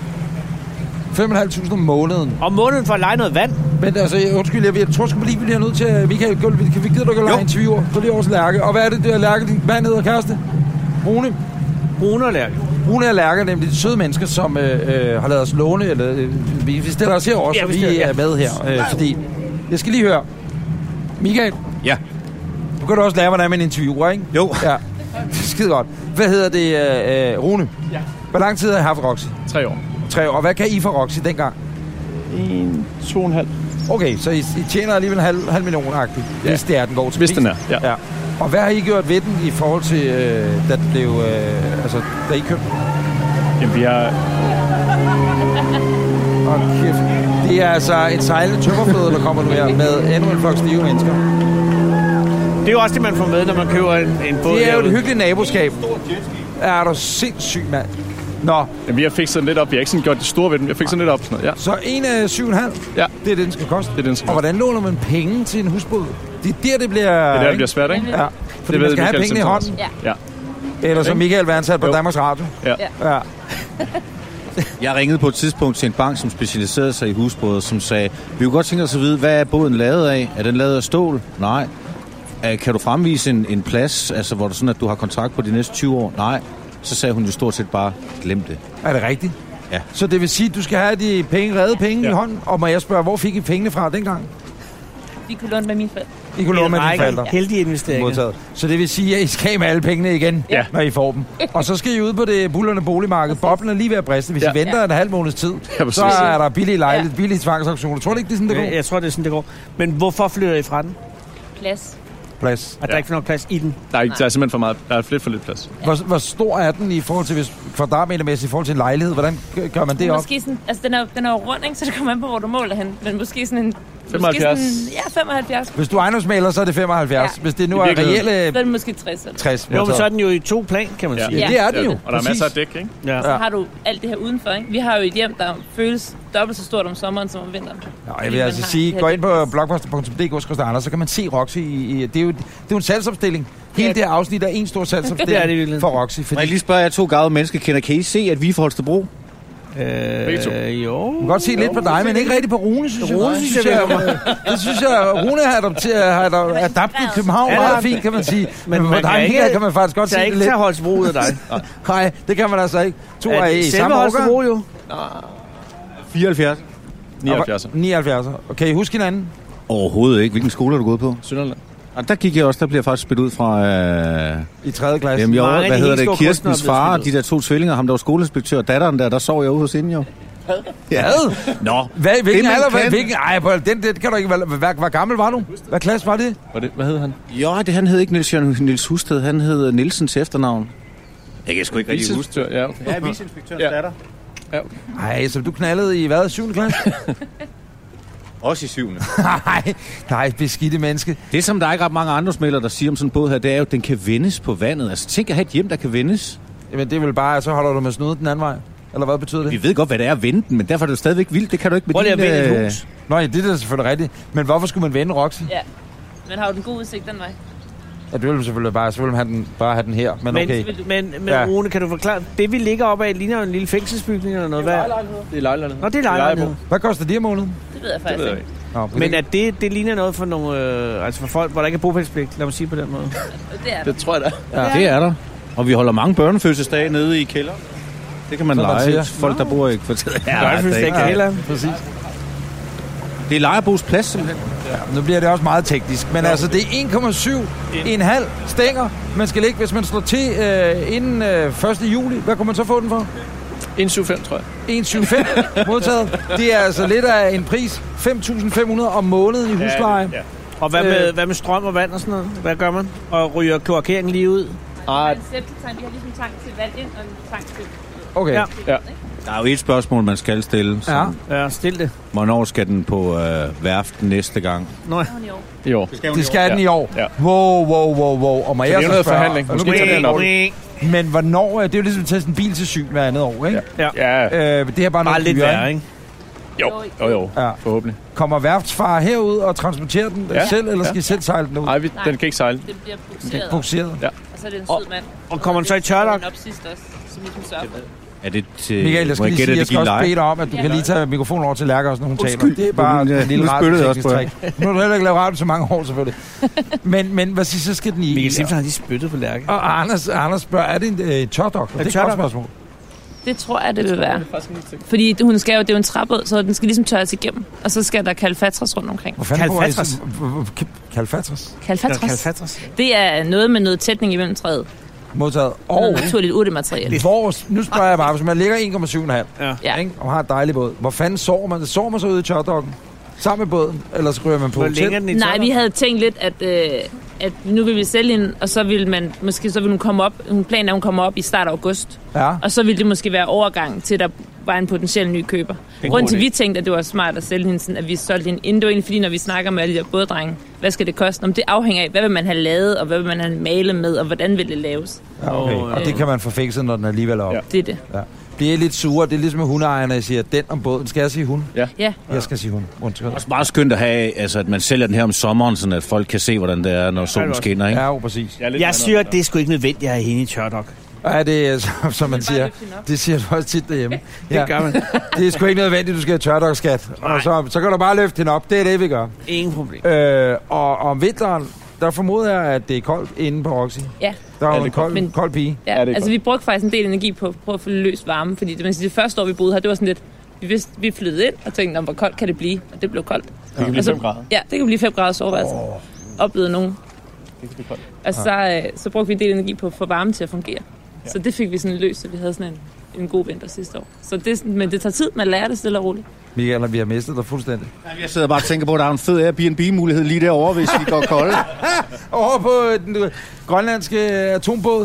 fem tusind fem hundrede om måneden. Om måneden for at lege noget vand. Men altså, jeg- undskyld, jeg, jeg tror sgu lige, vi bliver nødt til, at Michael, gå- kan vi gider du ikke lege interviewer? Gå lige over til Lærke. Og hvad er det, der Lærke, din mand hedder kæreste? Rune. Rune og Lærke. Rune og Lærke er nemlig de søde mennesker, som øh, øh, har lavet os låne, eller øh, vi, vi stiller os her også, Ja, ja, vi vi stiller- ja. er med her. Øh, fordi, jeg skal lige høre. Michael, Ja. du kan du også lære, hvordan man interviewer, ikke? Jo. Ja, skide godt. Hvad hedder det, øh, øh, Rune? Ja. Hvor lang tid har I haft Roxy? Tre år. Tre år. Og hvad kan I for Roxy dengang? En, to og en halv. Okay, så I, I tjener alligevel en halv, halv million-agtigt, Ja. hvis det er, den går til Hvis pris. den er, ja. Ja. Og hvad har I gjort ved den i forhold til, øh, da, den blev, øh, altså, da I købte den? Jamen, vi har... Åh, kæft. Det er altså en sejlende tømmerflåde, der kommer nu her, med endnu en flok stive mennesker. Det er jo også det, man får med, når man køber en, en båd. Det er jo et herude. hyggeligt naboskab. Er du sindssyg, mand? Nå, Jamen, vi har fikset den lidt op. Vi har ikke sådan gjort det store ved den. Vi har fikset den lidt op. Sådan noget. Ja. så en af syv komma fem, Ja. det er det, den skal koste. Det er det, den skal Og koste. hvordan låner man penge til en husbåd? Det er der, det bliver... Det er der, det ikke? bliver svært, ikke? Ja, fordi Det man ved skal have Michael pengene i Simpson hånden. Ja. Ja. Eller som Michael var ansat på Jo. Danmarks Radio. Ja. Ja. Jeg ringede på et tidspunkt til en bank, som specialiserede sig i husbåde, som sagde, vi kunne godt tænke os at vide, hvad er båden lavet af? Er den lavet af stål? Nej. Kan du fremvise en, en plads, altså, hvor du sådan, at du har kontrakt på de næste tyve år? Nej. Så sagde hun jo stort set bare, glem det. Er det rigtigt? Ja. Så det vil sige, at du skal have de penge, redde penge Ja. i hånden? Og må jeg spørge, hvor fik I pengene fra dengang? Vi kunne låne med mine forældre. I kunne låne med En dine række forældre. heldige investeringer. Modtaget. Så det vil sige, at I skal af med alle pengene igen, Ja. når I får dem. Og så skal I ud på det bullerne boligmarked. Boblen er lige ved at briste. Hvis Ja. I venter Ja. en halv måneds tid, Ja, præcis. så er der billige lejlighed, billige tvangsauktioner. Tror du ikke, det er sådan, det Jeg, går? jeg tror, det er sådan, det går. Men hvorfor flytter I fra den? Plads. Plads. At der Ja. ikke er nok plads i den? Der er, ikke, der er simpelthen for meget. Der er lidt for lidt plads. Hvor, hvor stor er den i forhold til, hvis kvadratmetermæssigt i forhold til en lejlighed? Hvordan gør man det op? Måske sådan, altså den er, den er jo rund, ikke? Så det kommer an på, hvor du måler hen. Men måske sådan en... femoghalvfjerds. Måske sådan, ja, femoghalvfjerds. Hvis du er ejendomsmaler, så er det femoghalvfjerds. Ja. Hvis det nu I er virkeligheden. Så er reelle det måske tres. Eller. tres. Jo, men modtaget. så er den jo i to plan, kan man Ja. sige. Ja, det er den jo. Og der er Præcis. masser af dæk, ikke? Ja. Så har du alt det her udenfor, ikke? Vi har jo et hjem, der føles dobbelt så stort om sommeren som om vinteren. Nå, jeg vil altså sige, gå ind på blogposter punktum d k skråstreg Anders, så kan man se Roxy i, i det, er jo, det er jo en salgsopstilling. Hele Ja. det her afsnit er en stor Det er det salgsopstilling virkelig. for Roxy. Må jeg Fordi lige spørge jer to gavede mennesker, kender, kan I se, at vi er fra Holstebro? Begge to. Øh, jo. man kan godt se lidt på dig, men ikke rigtig på Rune, synes jeg. Rune, Det synes jeg, jeg, det synes jeg, Rune har adopteret, har adop- adaptet København Ja, meget der- fint, kan man sige. Men, men man på dig, kan ikke- Michael, kan man faktisk godt Så se jeg det ikke lidt. tager Holstebro ud af dig. Nej, det kan man altså ikke. To er i Selve samme Holstebro årgang. jo. fireoghalvfjerds. nioghalvfjerds. nioghalvfjerds. Okay, husk hinanden. Overhovedet ikke. Hvilken skole har du gået på? Sønderland. Og der gik jeg også, der bliver jeg faktisk spillet ud fra... Øh, I tredje klasse. jamen, jeg, Mange af hvad de hedder helt store det? Kirstens kunstnere er far, blevet de der to tvillinger, ham der var skoleinspektør, og datteren der, der sov jeg ude hos hende jo. Ja. Nå, Hvad, hvilken man alder, kan. hvad, hvilken, ej, Paul, den, den kan du ikke, hvad, hvad, hvor gammel var du? Hvad klasse var det? Hvad, det, hvad hed han? jo, det, han hed ikke Niels, Niels Husted, han hed Nielsen til efternavn. Jeg kan sgu ikke rigtig huske. Viceinspektør, ja. Okay. Ja, viceinspektørens Ja. datter. Ej, så du knaldede i hvad? syvende klasse? Også i syvende. nej, nej, beskidte menneske. Det, som der er ikke ret mange andre smælder, der siger om sådan en båd her, det er jo, at den kan vendes på vandet. Altså, tænk at have et hjem, der kan vendes. Jamen, det er vel bare, så holder du med snuden den anden vej. Eller hvad betyder det? Vi ved godt, hvad det er at vende den, men derfor er det jo stadigvæk vildt. Det kan du ikke med Prøv lige at din, vende et øh, hus. Nå ja, det er da selvfølgelig rigtigt. Men hvorfor skulle man vende Roxy? Ja. Men har du den gode udsigt den vej? Ja, det ville selvfølgelig bare, så ville man have den, bare have den her. Men Men, okay. men, men Ja. Rune, kan du forklare, det vi ligger op af, ligner jo en lille fængselsbygning eller noget. Hvad? Det er lejlighed. Nå, det er lejlighed. Hvad koster det om måneden? Det ved jeg Det faktisk ved jeg ikke. ikke. Nå, Men at det, det ligner noget for nogle, øh, altså for folk, hvor der ikke er bopælspligt, lad mig sige på den måde. Det er det. Det tror jeg da. Ja. Det er der. Og vi holder mange børnefødselsdage nede i kælderen. Det kan man Som man lege. siger. Folk, der bor i kvarteret. Ja, Børnefødselsdag det, kan er, heller. præcis. det er lejerbos plads, simpelthen. Nu bliver det også meget teknisk. Men altså, det er en komma syv, en halv stænger. Man skal ligge, hvis man slår til øh, inden øh, første juli. Hvad kunne man så få den for? en syv fem, tror jeg. en komma syv fem modtaget. Det er altså lidt af en pris. fem tusind fem hundrede om måneden i husleje. Ja. Og hvad med, Øh. hvad med strøm og vand og sådan noget? Hvad gør man? Og ryger kloakeringen lige ud? Ah, En septiktank, vi har ligesom tank til vand ind og en tank til... Okay. Ja. ja. Der er jo et spørgsmål, man skal stille. Ja. Ja. Ja, stil det. Hvornår skal den på øh, værften næste gang? Nå, ja. I år. Det skal den i år. Ja. Wow, wow, wow, wow. Og må Så jeg det er så noget spørge- forhandling. Nu Måske bliver tager det den op. op. Men hvornår... Det er jo ligesom at tage sådan en bil til syn hver andet år, ikke? Ja. Ja, Øh, det er bare Bare noget lidt dyrere, værre, ikke? jo, jo, jo. Ja. Forhåbentlig. Kommer værftsfar herud og transporterer den Ja. selv, eller Ja. skal I selv sejle den ud? Nej, vi, den kan ikke sejle. Det bliver Det er bukseret, bukseret. Ja. og så er det en sød mand. Og kommer den så i Og tørdok? en opsidst også, som ligesom sørger for det. Er det til... Michael, jeg skal må lige gætte, sige, at jeg det skal giver også leje? bede dig om, at du Ja. kan lige tage mikrofonen over til Lærke også, når hun taler. Undskyld. Det er bare Nu- en lille nu ret spyttede jeg også teknisk på trick. Nu har du heller ikke lavet radio så mange år, selvfølgelig. Men, men hvad siger, så skal den i? Michael Simpson har lige spyttet på Lærke. Og Anders, Anders spørger, er det en øh, tørdok? Det er et tørdok? godt spørgsmål. Det tror jeg, det vil være. Fordi hun skal jo, det er jo en træbåd, så den skal ligesom tørres igennem. Og så skal der kalfatras rundt omkring. Hvor fanden bor I Kalfatras. så- hvor- hvor- Kalfatras. Kalfatras? Kalfatras. Det er noget med noget tætning imellem træet. Modtaget. Og Og naturligt urtemateriale. hvor, nu spørger jeg bare, hvis man ligger en komma syv, Ja. Ja. ikke, og har et dejligt båd, hvor fanden sover man? Sover man så ude i tørdokken? Sammen med båden? Eller skriver man på Hvor hotel? længe er den i Nej, tørdok? vi havde tænkt lidt, at øh, at nu vil vi sælge hende, og så vil man måske så vil hun komme op. Hun planen er, at hun kommer op i start af august. Ja. Og så vil det måske være overgang til, at der var en potentiel ny køber. Grunden til, at vi tænkte, at det var smart at sælge hende, sådan, at vi solgte hende inden. Det var egentlig, fordi når vi snakker med alle de der båddrenge, hvad skal det koste? Om det afhænger af, hvad vil man have lavet, og hvad vil man have malet med, og hvordan vil det laves? Ja, okay. Og det kan man få fikset, når den alligevel er op. Ja. Det er det. Ja. Det er lidt sure. Det er ligesom med hundeejerne, jeg siger, den om båden. Skal jeg sige hund? Ja. Ja. Jeg skal sige hund. Undskyld. Det er også meget skønt at have, altså, at man sælger den her om sommeren, så at folk kan se, hvordan det er, når solen skinner, ikke? Ja, jo, præcis. Jeg, jeg siger, at det er sgu ikke nødvendigt at have hende i tørdok. Ja, det er, som, som man siger. Det siger du også tit derhjemme. Ja. Det gør man. Det er sgu ikke nødvendigt, du skal have tørdoksskat. Og så, så kan du bare løfte hende op. Det er det, vi gør. Ingen problem. Øh, og om vinteren, der formoder jeg, at det er koldt inde på Roxy. Ja. Der er jo det en kold, Men- kold pige. Ja, Ja, det er altså godt. vi brugte faktisk en del energi på at prøve at få løst varme, fordi det, man siger, det første år, vi boede her, det var sådan lidt, vi vidste, vi flyttede ind og tænkte, hvor koldt kan det blive? Og det blev koldt. Det kan blive Altså, fem grader. Ja, det kan blive fem grader soveværelse. Oh. Oplevede nogen. Det kan blive koldt. Og så, øh, så brugte vi en del energi på at få varme til at fungere. Ja. Så det fik vi sådan løst, så vi havde sådan en, en god vinter sidste år. Så det, men det tager tid, man lærer det stille og roligt. Michael, vi har mistet dig fuldstændig. Jeg sidder bare og tænker på, at der er en fed Airbnb-mulighed lige derovre, hvis vi går kolde. Over på den øh, grønlandske atombåd.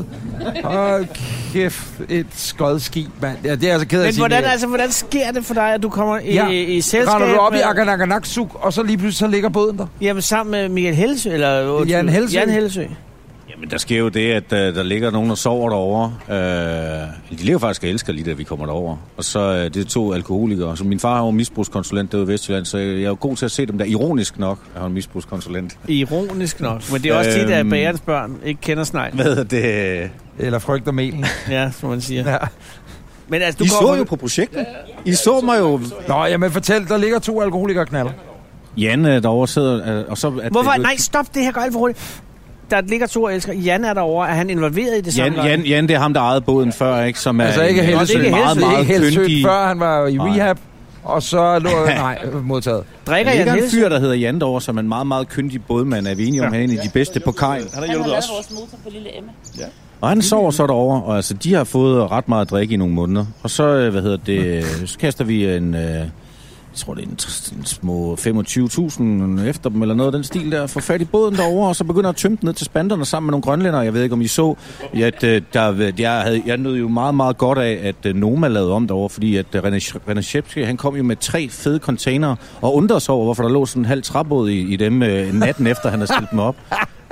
Og kæft, et skodskib, mand. Ja, det er altså ked af at Men sige. hvordan, Michael. altså, hvordan sker det for dig, at du kommer i, Ja. i, i selskab Render du op i med- Akanakanaksouk, og så lige pludselig så ligger båden der? Jamen sammen med Michael Helsø, eller... undskyld, Jan Helsø. Jan Helsø. Jamen, der sker jo det, at uh, der ligger nogen, der sover derovre. Uh, de ligger faktisk og elsker lige, da vi kommer derover. Og så uh, det er to alkoholikere. Så min far er jo misbrugskonsulent derude i Vestjylland, så jeg er jo god til at se dem der. Ironisk nok er han misbrugskonsulent. Ironisk nok. Men det er også tit, at Øhm. bagerens børn ikke kender sneglen. Hvad er det? Eller frygter melen. Ja, som man siger. Ja. Men altså, du I kommer så jo på projektet. I så mig jo. Nå, jamen fortæl, der ligger to alkoholikere knaller. Jan uh, derovre sidder, uh, og så... At Hvorfor? det, Nej, stop, det her går alt for hurtigt. Der ligger to elsker. Jan er derovre. Er han involveret i det Jan, samme? Jan, Jan, det er ham, der ejede båden før, ikke? Som er Altså ikke en, Helsø. ikke meget, Helsø. meget Ikke Helsø, kyndig. før han var i Nej. rehab. Og så lå... Nej, modtaget. Drikker Der Jan ligger en Helsø? fyr, der hedder Jan derovre, som er en meget, meget kyndig bådmand. Er vi enige om, han er en af de bedste på kajen? Han har hjulpet os. vores motor på lille Emma. Og han sover så derovre, og altså, de har fået ret meget drik i nogle måneder. Og så, øh, hvad hedder det, så kaster vi en, øh, jeg tror det er en, en små femogtyve tusind efter dem, eller noget af den stil der, får fat i båden derovre, og så begynder at tømme den ned til spanderne sammen med nogle grønlændere. Jeg ved ikke, om I så, at øh, der, jeg, havde, jeg nød jo meget, meget godt af, at øh, Noma lavede om derovre, fordi at øh, René, René Shepsky, han kom jo med tre fede containere, og undrede sig over, hvorfor der lå sådan en halv træbåd i, i dem øh, natten efter, han havde stillet dem op.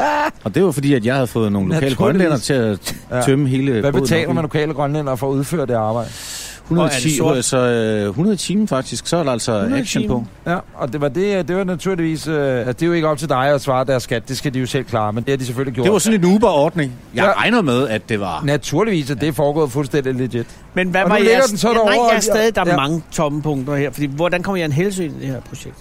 Og det var fordi, at jeg havde fået nogle lokale grønlænder til at tømme ja. hele Hvad båden betaler op i. man lokale grønlændere for at udføre det arbejde? hundrede Og er det ti, sort? så, øh, hundrede timer faktisk, så er der altså action på. Ja, og det var det, det var naturligvis, øh, at det er jo ikke op til dig at svare deres skat, det skal de jo selv klare, men det har de selvfølgelig gjort. Det var sådan en Uber-ordning. Jeg Ja. regner med, at det var... Naturligvis, at det er foregået fuldstændig legit. Men hvad Og var nu ligger jeres... den så ja, nej, derovre, jeg er og- stadig, der er ja. mange tomme punkter her. Fordi, hvordan kommer Jan Helsø ind i det her projekt?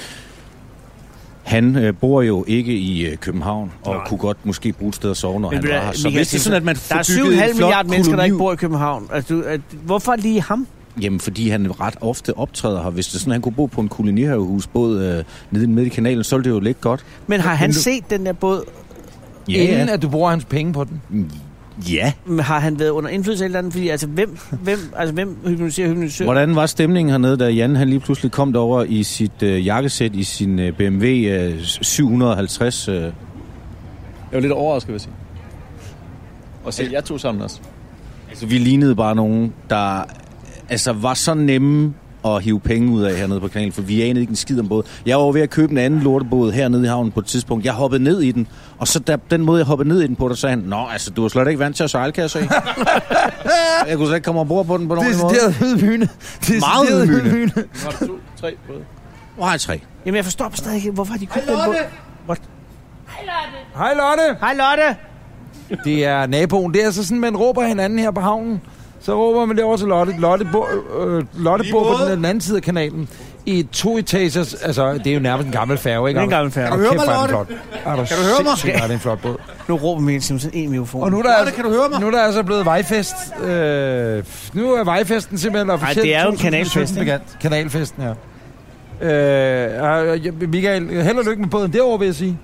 Han øh, bor jo ikke i øh, København, og Nej. kunne godt måske bruge et sted at sove, når Men han ved var du, her. Så Michael hvis det er sådan, at man Der er får syv bygget komma en fem flot milliarder mennesker, der ikke koloni- bor i København. Altså, du, at, hvorfor lige ham? Jamen, fordi han ret ofte optræder her. Hvis det er sådan, at han kunne bo på en kolonihavehus, både øh, nede midt i kanalen, så ville det jo ligge godt. Men har han Men du- set den der båd? Ja, Inden ja. at du bruger hans penge på den. Ja. Har han været under indflydelse af et eller andet? Fordi altså, hvem, hvem, altså, hvem hypnotiserer hypnotiserer? Hvordan var stemningen hernede, da Jan han lige pludselig kom derover i sit øh, jakkesæt i sin øh, B M W øh, syv hundrede og halvtreds? Øh. Jeg var lidt overrasket, vil jeg sige. Og se, jeg tog sammen også. Altså, vi lignede bare nogen, der altså, var så nemme at hive penge ud af hernede på kanalen, for vi anede ikke en skid om båd. Jeg var ved at købe en anden lortebåd hernede i havnen på et tidspunkt. Jeg hoppede ned i den, og så der, den måde, jeg hoppede ned i den på, der sagde han, nå, altså, du er slet ikke vant til at sejle, kan jeg se. Jeg kunne slet ikke komme ombord på den på nogen måde. Decideret ydmygende. Meget ydmygende. Nu har du to, tre både. Hvor har jeg tre? Jamen, jeg forstår stadig ikke, hvorfor har de købt den båd? What? Hej Lotte! Hej Lotte! Det er naboen. Det er så sådan, man råber hinanden her på havnen. Så råber man det over til Lotte. Lotte, bo, øh, Lotte bor på den, den anden side af kanalen. I et to-etagers... Altså, det er jo nærmest en gammel færge, ikke? Det er en gammel færge. Kan du høre mig, Lotte? Kan du høre mig? Er det en flot båd. Nu råber Michael Simpson en mikrofon. Og nu er der, Lotte, kan du høre mig? nu er der altså blevet vejfest. Øh, nu er vejfesten simpelthen officielt... det er jo en to tusind sytten kanalfest, ikke? begandt. Kanalfesten, ja. Øh, øh, Michael, held og lykke med båden derovre, vil jeg sige.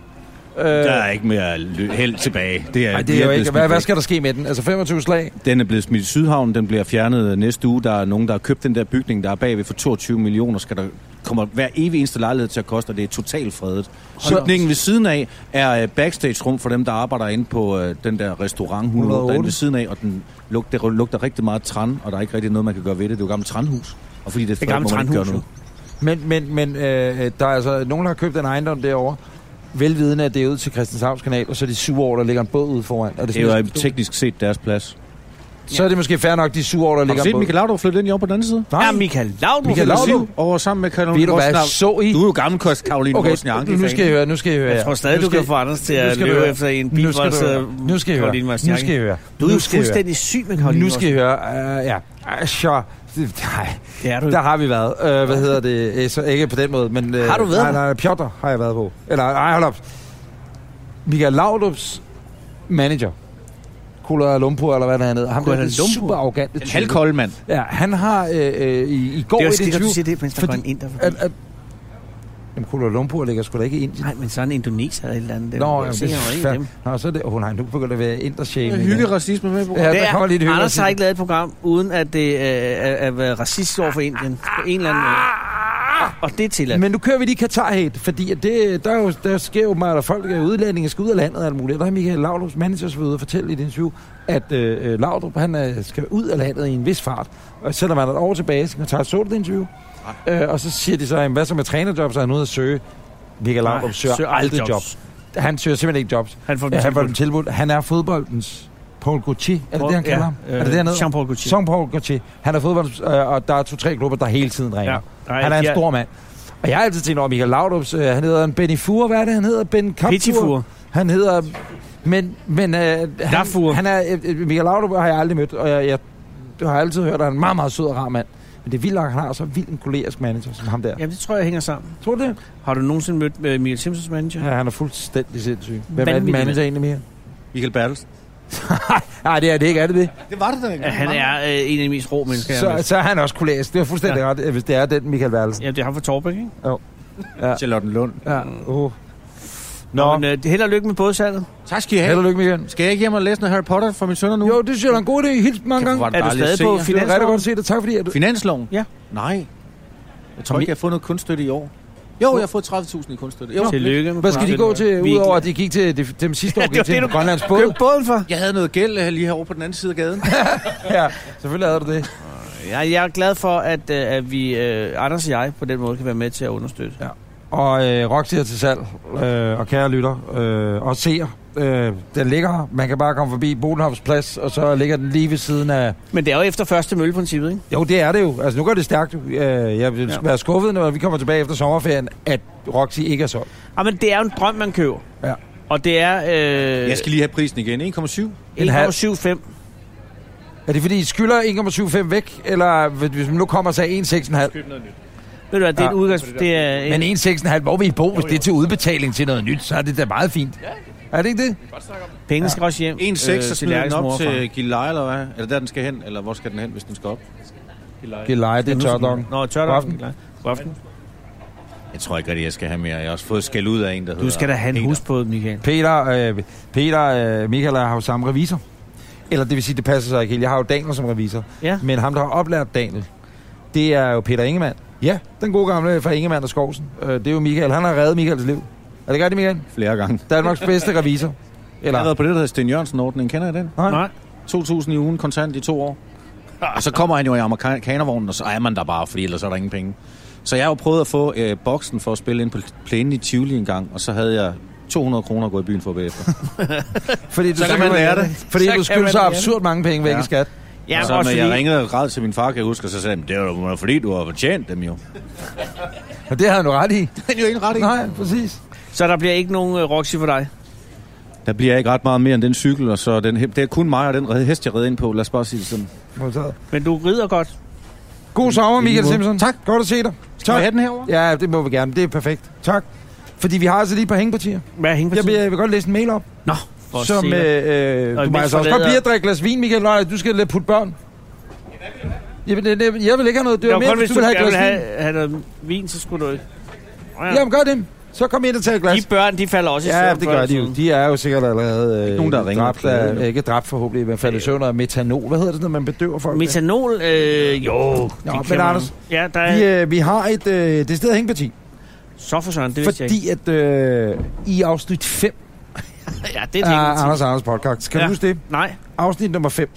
Øh, Der er ikke mere lø- held tilbage. Det er, ej, det er jo ikke. Hvad, hvad skal der ske med den? Altså femogtyve slag? Den er blevet smidt i Sydhavn, den bliver fjernet næste uge. Der er nogen, der har købt den der bygning, der er bagved for toogtyve millioner. Skal der kommer hver evig eneste lejlighed til at koste, og det er totalt fredet. Bygningen ved siden af er backstage-rum for dem, der arbejder inde på øh, den der restaurant et hundrede otte. Derinde ved siden af, og den lugter, det lugter rigtig meget tran, og der er ikke rigtig noget, man kan gøre ved det. Det er jo et gammelt tranhus. Og fordi det er fredet, må man ikke gøre noget. Men, men, men øh, der er altså nogen, der har købt en ejendom derovre, velvidende, at det er ud til Christianshavns kanal, og så er de sure over, der ligger en båd ude foran. Er det, det er jo teknisk set deres plads. Så er det måske fair nok, de sure over, der ligger en båd. Har du set Michael Laudrup flytte ind i over på den anden side? Nej. Ja, Michael Laudrup. Michael Laudrup. Over sammen med Caroline. Ved du hvad, så I? Du er jo gammel kost, Caroline okay, Wozniacki. nu skal I høre, nu skal I høre. Jeg tror stadig, du kan få Anders til at løbe efter en bil, hvor der sidder nu skal I høre. Nu skal I høre. Du er jo fuldstændig syg med Caroline. Nu skal I høre. Ja, så... Nej, det er du. Der har vi været. Øh, hvad hedder det? Så ikke på den måde, men... Øh, har du været? Nej, nej, Piotr har jeg været på. Eller, nej, hold op. Michael Laudrups manager, Kuala Lumpur, eller hvad det hedder. Ham der er super arrogant. En halvkold mand. Ja, han har øh, øh, i, i går... Det er jo skidt, du siger det, mens der går en inder. At, at, jamen, Kuala Lumpur ligger sgu da ikke i Indien. Nej, men så er en indoneser eller et eller andet. Nå, jeg det er dem. Nå, så er det... Åh oh, nej, nu begynder det at være intershaming. Det er hyggelig racisme med på. Ja, der kommer lidt hyggelig Anders har ikke lavet et program, uden at det øh, er, er været racist over for Indien. På en eller anden måde. Og det er tilladt. Men nu kører vi lige Qatar-hate, fordi det, der, er jo, der sker jo meget, at folk er udlændinge, skal ud af landet og alt muligt. Der har Michael Laudrups manager været ude og fortælle i det interview, at øh, Laudrup han øh, skal ud af landet i en vis fart. Og selvom man er et år tilbage, så kan man tage et sort interview. Øh, og så siger de så, hvad så med trænerjobs, så er han ude at søge. Michael Laudrup søger, søger aldrig jobs. jobs. Han søger simpelthen ikke jobs. Han får dem, ja, han får dem tilbudt. Han er fodboldens Paul Gaultier. Er det det, han kalder ham? Ja, øh, er det dernede? Jean-Paul Gaultier. Jean-Paul Gaultier. Han er fodboldens, øh, og der er to-tre klubber, der hele tiden ringer. Ja. Han er en ja. stor mand. Og jeg har altid tænkt over Michael Laudrups, øh, han hedder en Benny Fur, hvad er det, han hedder? Ben Kapfur. Han hedder, men, men øh, han, han er, øh, Michael Laudrup har jeg aldrig mødt, og jeg, jeg, jeg har altid hørt, at han er en meget, meget sød og rar mand. Men det er vildt, at han har så vildt en kollegisk manager som ham der. Jamen, det tror jeg hænger sammen. Tror du det? Har du nogensinde mødt uh, Michael Simpsons manager? Ja, han er fuldstændig sindssyg. Hvem er den manager egentlig mere? Michael Bertelsen. Nej, det er det ikke, er det det? Det var det da ikke. Ja, han er øh, en af de mest rå mennesker. Så, så er han også kollegisk. Det er fuldstændig ja. ret, hvis det er den Michael Bertelsen. Ja, det er ham fra Torbæk, ikke? Jo. Ja. Charlottenlund. Ja. Uh. Nå, Nå, men øh, held og lykke med bådsalget. Tak skal I have. Held og lykke, Michael. Skal jeg ikke hjem og læse noget Harry Potter for min sønner nu? Jo, det synes jeg er en god idé. Hils mange gange. Er du stadig på finansloven? Det er rigtig godt at se dig. Tak fordi... Du... Finansloven? Ja. Nej. Jeg tror ikke, jeg har fået noget kunststøtte i år. Jo, jeg har fået tredive tusind i kunststøtte. Jo. Tillykke. Hvad skal de gå til, udover at de gik til de, dem sidste år, gik til Grønlands båd? Køb båden for? Jeg havde noget gæld lige herovre på den anden side af gaden. Ja, selvfølgelig havde du det. Ja, jeg er glad for, at, at vi, uh, Anders og jeg, på den måde kan være med til at understøtte. Ja. Og øh, Roxy er til salg, øh, og kære lytter, øh, og seer. Øh, den ligger her. Man kan bare komme forbi Bodenhavns Plads, og så ligger den lige ved siden af... Men det er jo efter første mølleprincippet, ikke? Jo, det er det jo. Altså, nu går det stærkt. Øh, jeg vil ja. være skuffet, når vi kommer tilbage efter sommerferien, at Roxy ikke er solgt. Ja, men det er jo en drøm, man køber. Ja. Og det er... Øh, jeg skal lige have prisen igen. en komma syv? en komma syv fem. Er det fordi, I skylder en komma syv fem væk, eller hvis man nu kommer og sagde en komma seks fem? Køb noget nyt. Ved du hvad, det er ja. et udgangspunkt. Det er en... Men en komma seks fem, hvor vil I bo? Hvis det er til udbetaling til noget nyt, så er det da meget fint. Ja. Er det ikke det? Pengene skal ja. også hjem. en komma seks, så smider den op til Gilleleje, eller hvad? Eller der den skal hen? Eller hvor skal den hen, hvis den skal op? Gilleleje, det er tørdoggen. Nå, tørdoggen. God aften. Jeg tror ikke, at jeg skal have mere. Jeg har også fået skæld ud af en, der hedder... Du skal da have en hus på, Michael. Peter, øh, Peter øh, Michael har jo samme revisor. Eller det vil sige, det passer sig ikke helt. Jeg har jo Daniel som revisor. Ja. Men ham, der har oplært Daniel, det er jo Peter Ingemann. Ja, den gode gamle fra Ingemann og Skovsen. Øh, det er jo Michael. Han har reddet Michaels liv. Er det godt, Michael? Flere gange. Danmarks bedste revisor. Eller? Jeg har været på det, der hedder Sten Jørgensen-ordning. Kender I den? Nej. Nej. to tusind i ugen kontant i to år. Og så kommer han jo i amerikanervognen, og så er man der bare, fordi ellers er der ingen penge. Så jeg har jo prøvet at få øh, boksen for at spille ind på plænen i Tivoli en gang, og så havde jeg to hundrede kroner at gå i byen for bagefter. Fordi du så kan man lære det. Fordi så du skylder så absurd mange penge væk ja. i skat. Ja, så når jeg ringede og græd til min far, kan jeg huske, og så sagde han, det var fordi, du har fortjent dem jo. Og det havde han jo ret i. Det er jo ikke ret i. Nej, præcis. Så der bliver ikke nogen uh, Roxy for dig? Der bliver ikke ret meget mere end den cykel, og så den, det er kun mig og den hest, jeg redder ind på. Lad os bare sige det sådan. Men du rider godt. God sommer, Michael Simpson. Tak. Godt at se dig. Skal vi have den herovre? Ja, det må vi gerne. Det er perfekt. Tak. Fordi vi har altså lige et par hængepartier. Hvad er hængepartier? Jeg vil, jeg vil godt læse en mail op. Nå, som øh, øh, du må altså også godt blive at drikke glas vin, Michael. Nej, du skal lade putte børn. Jeg vil, jeg vil ikke have noget. Det var mere, kun, hvis du du vil have gerne glas vil vin. have, have noget vin, så skulle du ikke. Oh, ja. Jamen, gør det. Så kom ind og tag et glas. De børn, de falder også i søvn. Ja, det gør de jo. De er jo sikkert allerede øh, nogen, der ringer dræbt af, ikke dræbt forhåbentlig, men faldet i søvn af metanol. Hvad hedder det, når man bedøver folk? Metanol, øh, jo. Nå, men Anders, ja, der er... vi, øh, vi har et øh, det sted hængeparti. Så for sådan, det vidste jeg Fordi at øh, i afsnit fem ja, det er af Anders Anders podcast, skal ja. du huske det? Nej. Afsnit nummer fem.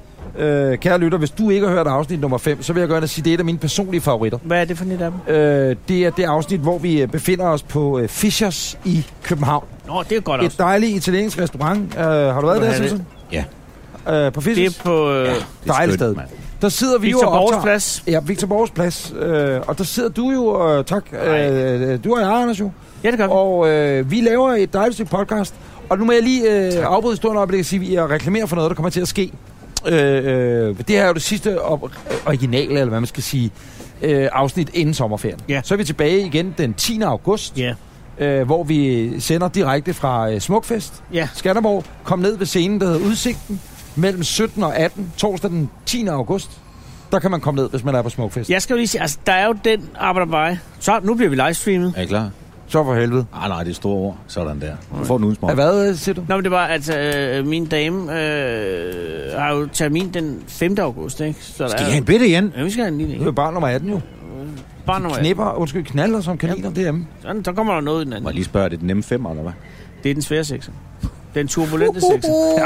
Øh, kære lytter, hvis du ikke har hørt afsnit nummer fem, så vil jeg gøre at sige, det er et af mine personlige favoritter. Hvad er det for et af dem? Øh, det er det afsnit, hvor vi befinder os på øh, Fischers i København. Nå, det er godt også. Et dejligt italiensk restaurant. Øh, har du været der, Susan? Ja. Øh, på Fischers? Det er på... Øh, ja, dejligt sted. Der sidder vi Victor jo og optager... Plads. Ja, Victor Borgs Plads. Øh, og der sidder du jo, øh, tak, øh, du og jeg, Anders jo. Ja, det gør vi. Og øh, vi laver et dejligt stykke podcast. Og nu må jeg lige øh, afbryde historien op, og det kan sige, at jeg reklamerer for noget, der kommer til at ske. Øh, øh, det her er jo det sidste op- originale, eller hvad man skal sige, øh, afsnit inden sommerferien. Ja. Så er vi tilbage igen den tiende august, Ja. øh, hvor vi sender direkte fra øh, Smukfest, Ja. Skanderborg. Kom ned ved scenen, der hedder Udsigten, mellem sytten og atten, torsdag den tiende august. Der kan man komme ned, hvis man er på Smukfest. Jeg skal jo lige sige, altså, der er jo den arbejder vej. Så nu bliver vi livestreamet. Er I klar? Så for helvede. Ah, nej, det er store ord. Sådan der. Du får den uden små. Hvad siger du? Nå, men det var, at øh, min dame øh, har jo termin den femte august, ikke? Så Skal I have en bitte igen? Ja, vi skal have en lille, Det er ikke? barn nummer atten jo. Bare nummer Knipper, undskyld, knaller som kaniner derhjemme. Sådan, så kommer der noget i den anden. Må jeg lige spørge, er det den nemme femmer, eller hvad? Det er den svære sekser. Den turbulente sekser. Ja.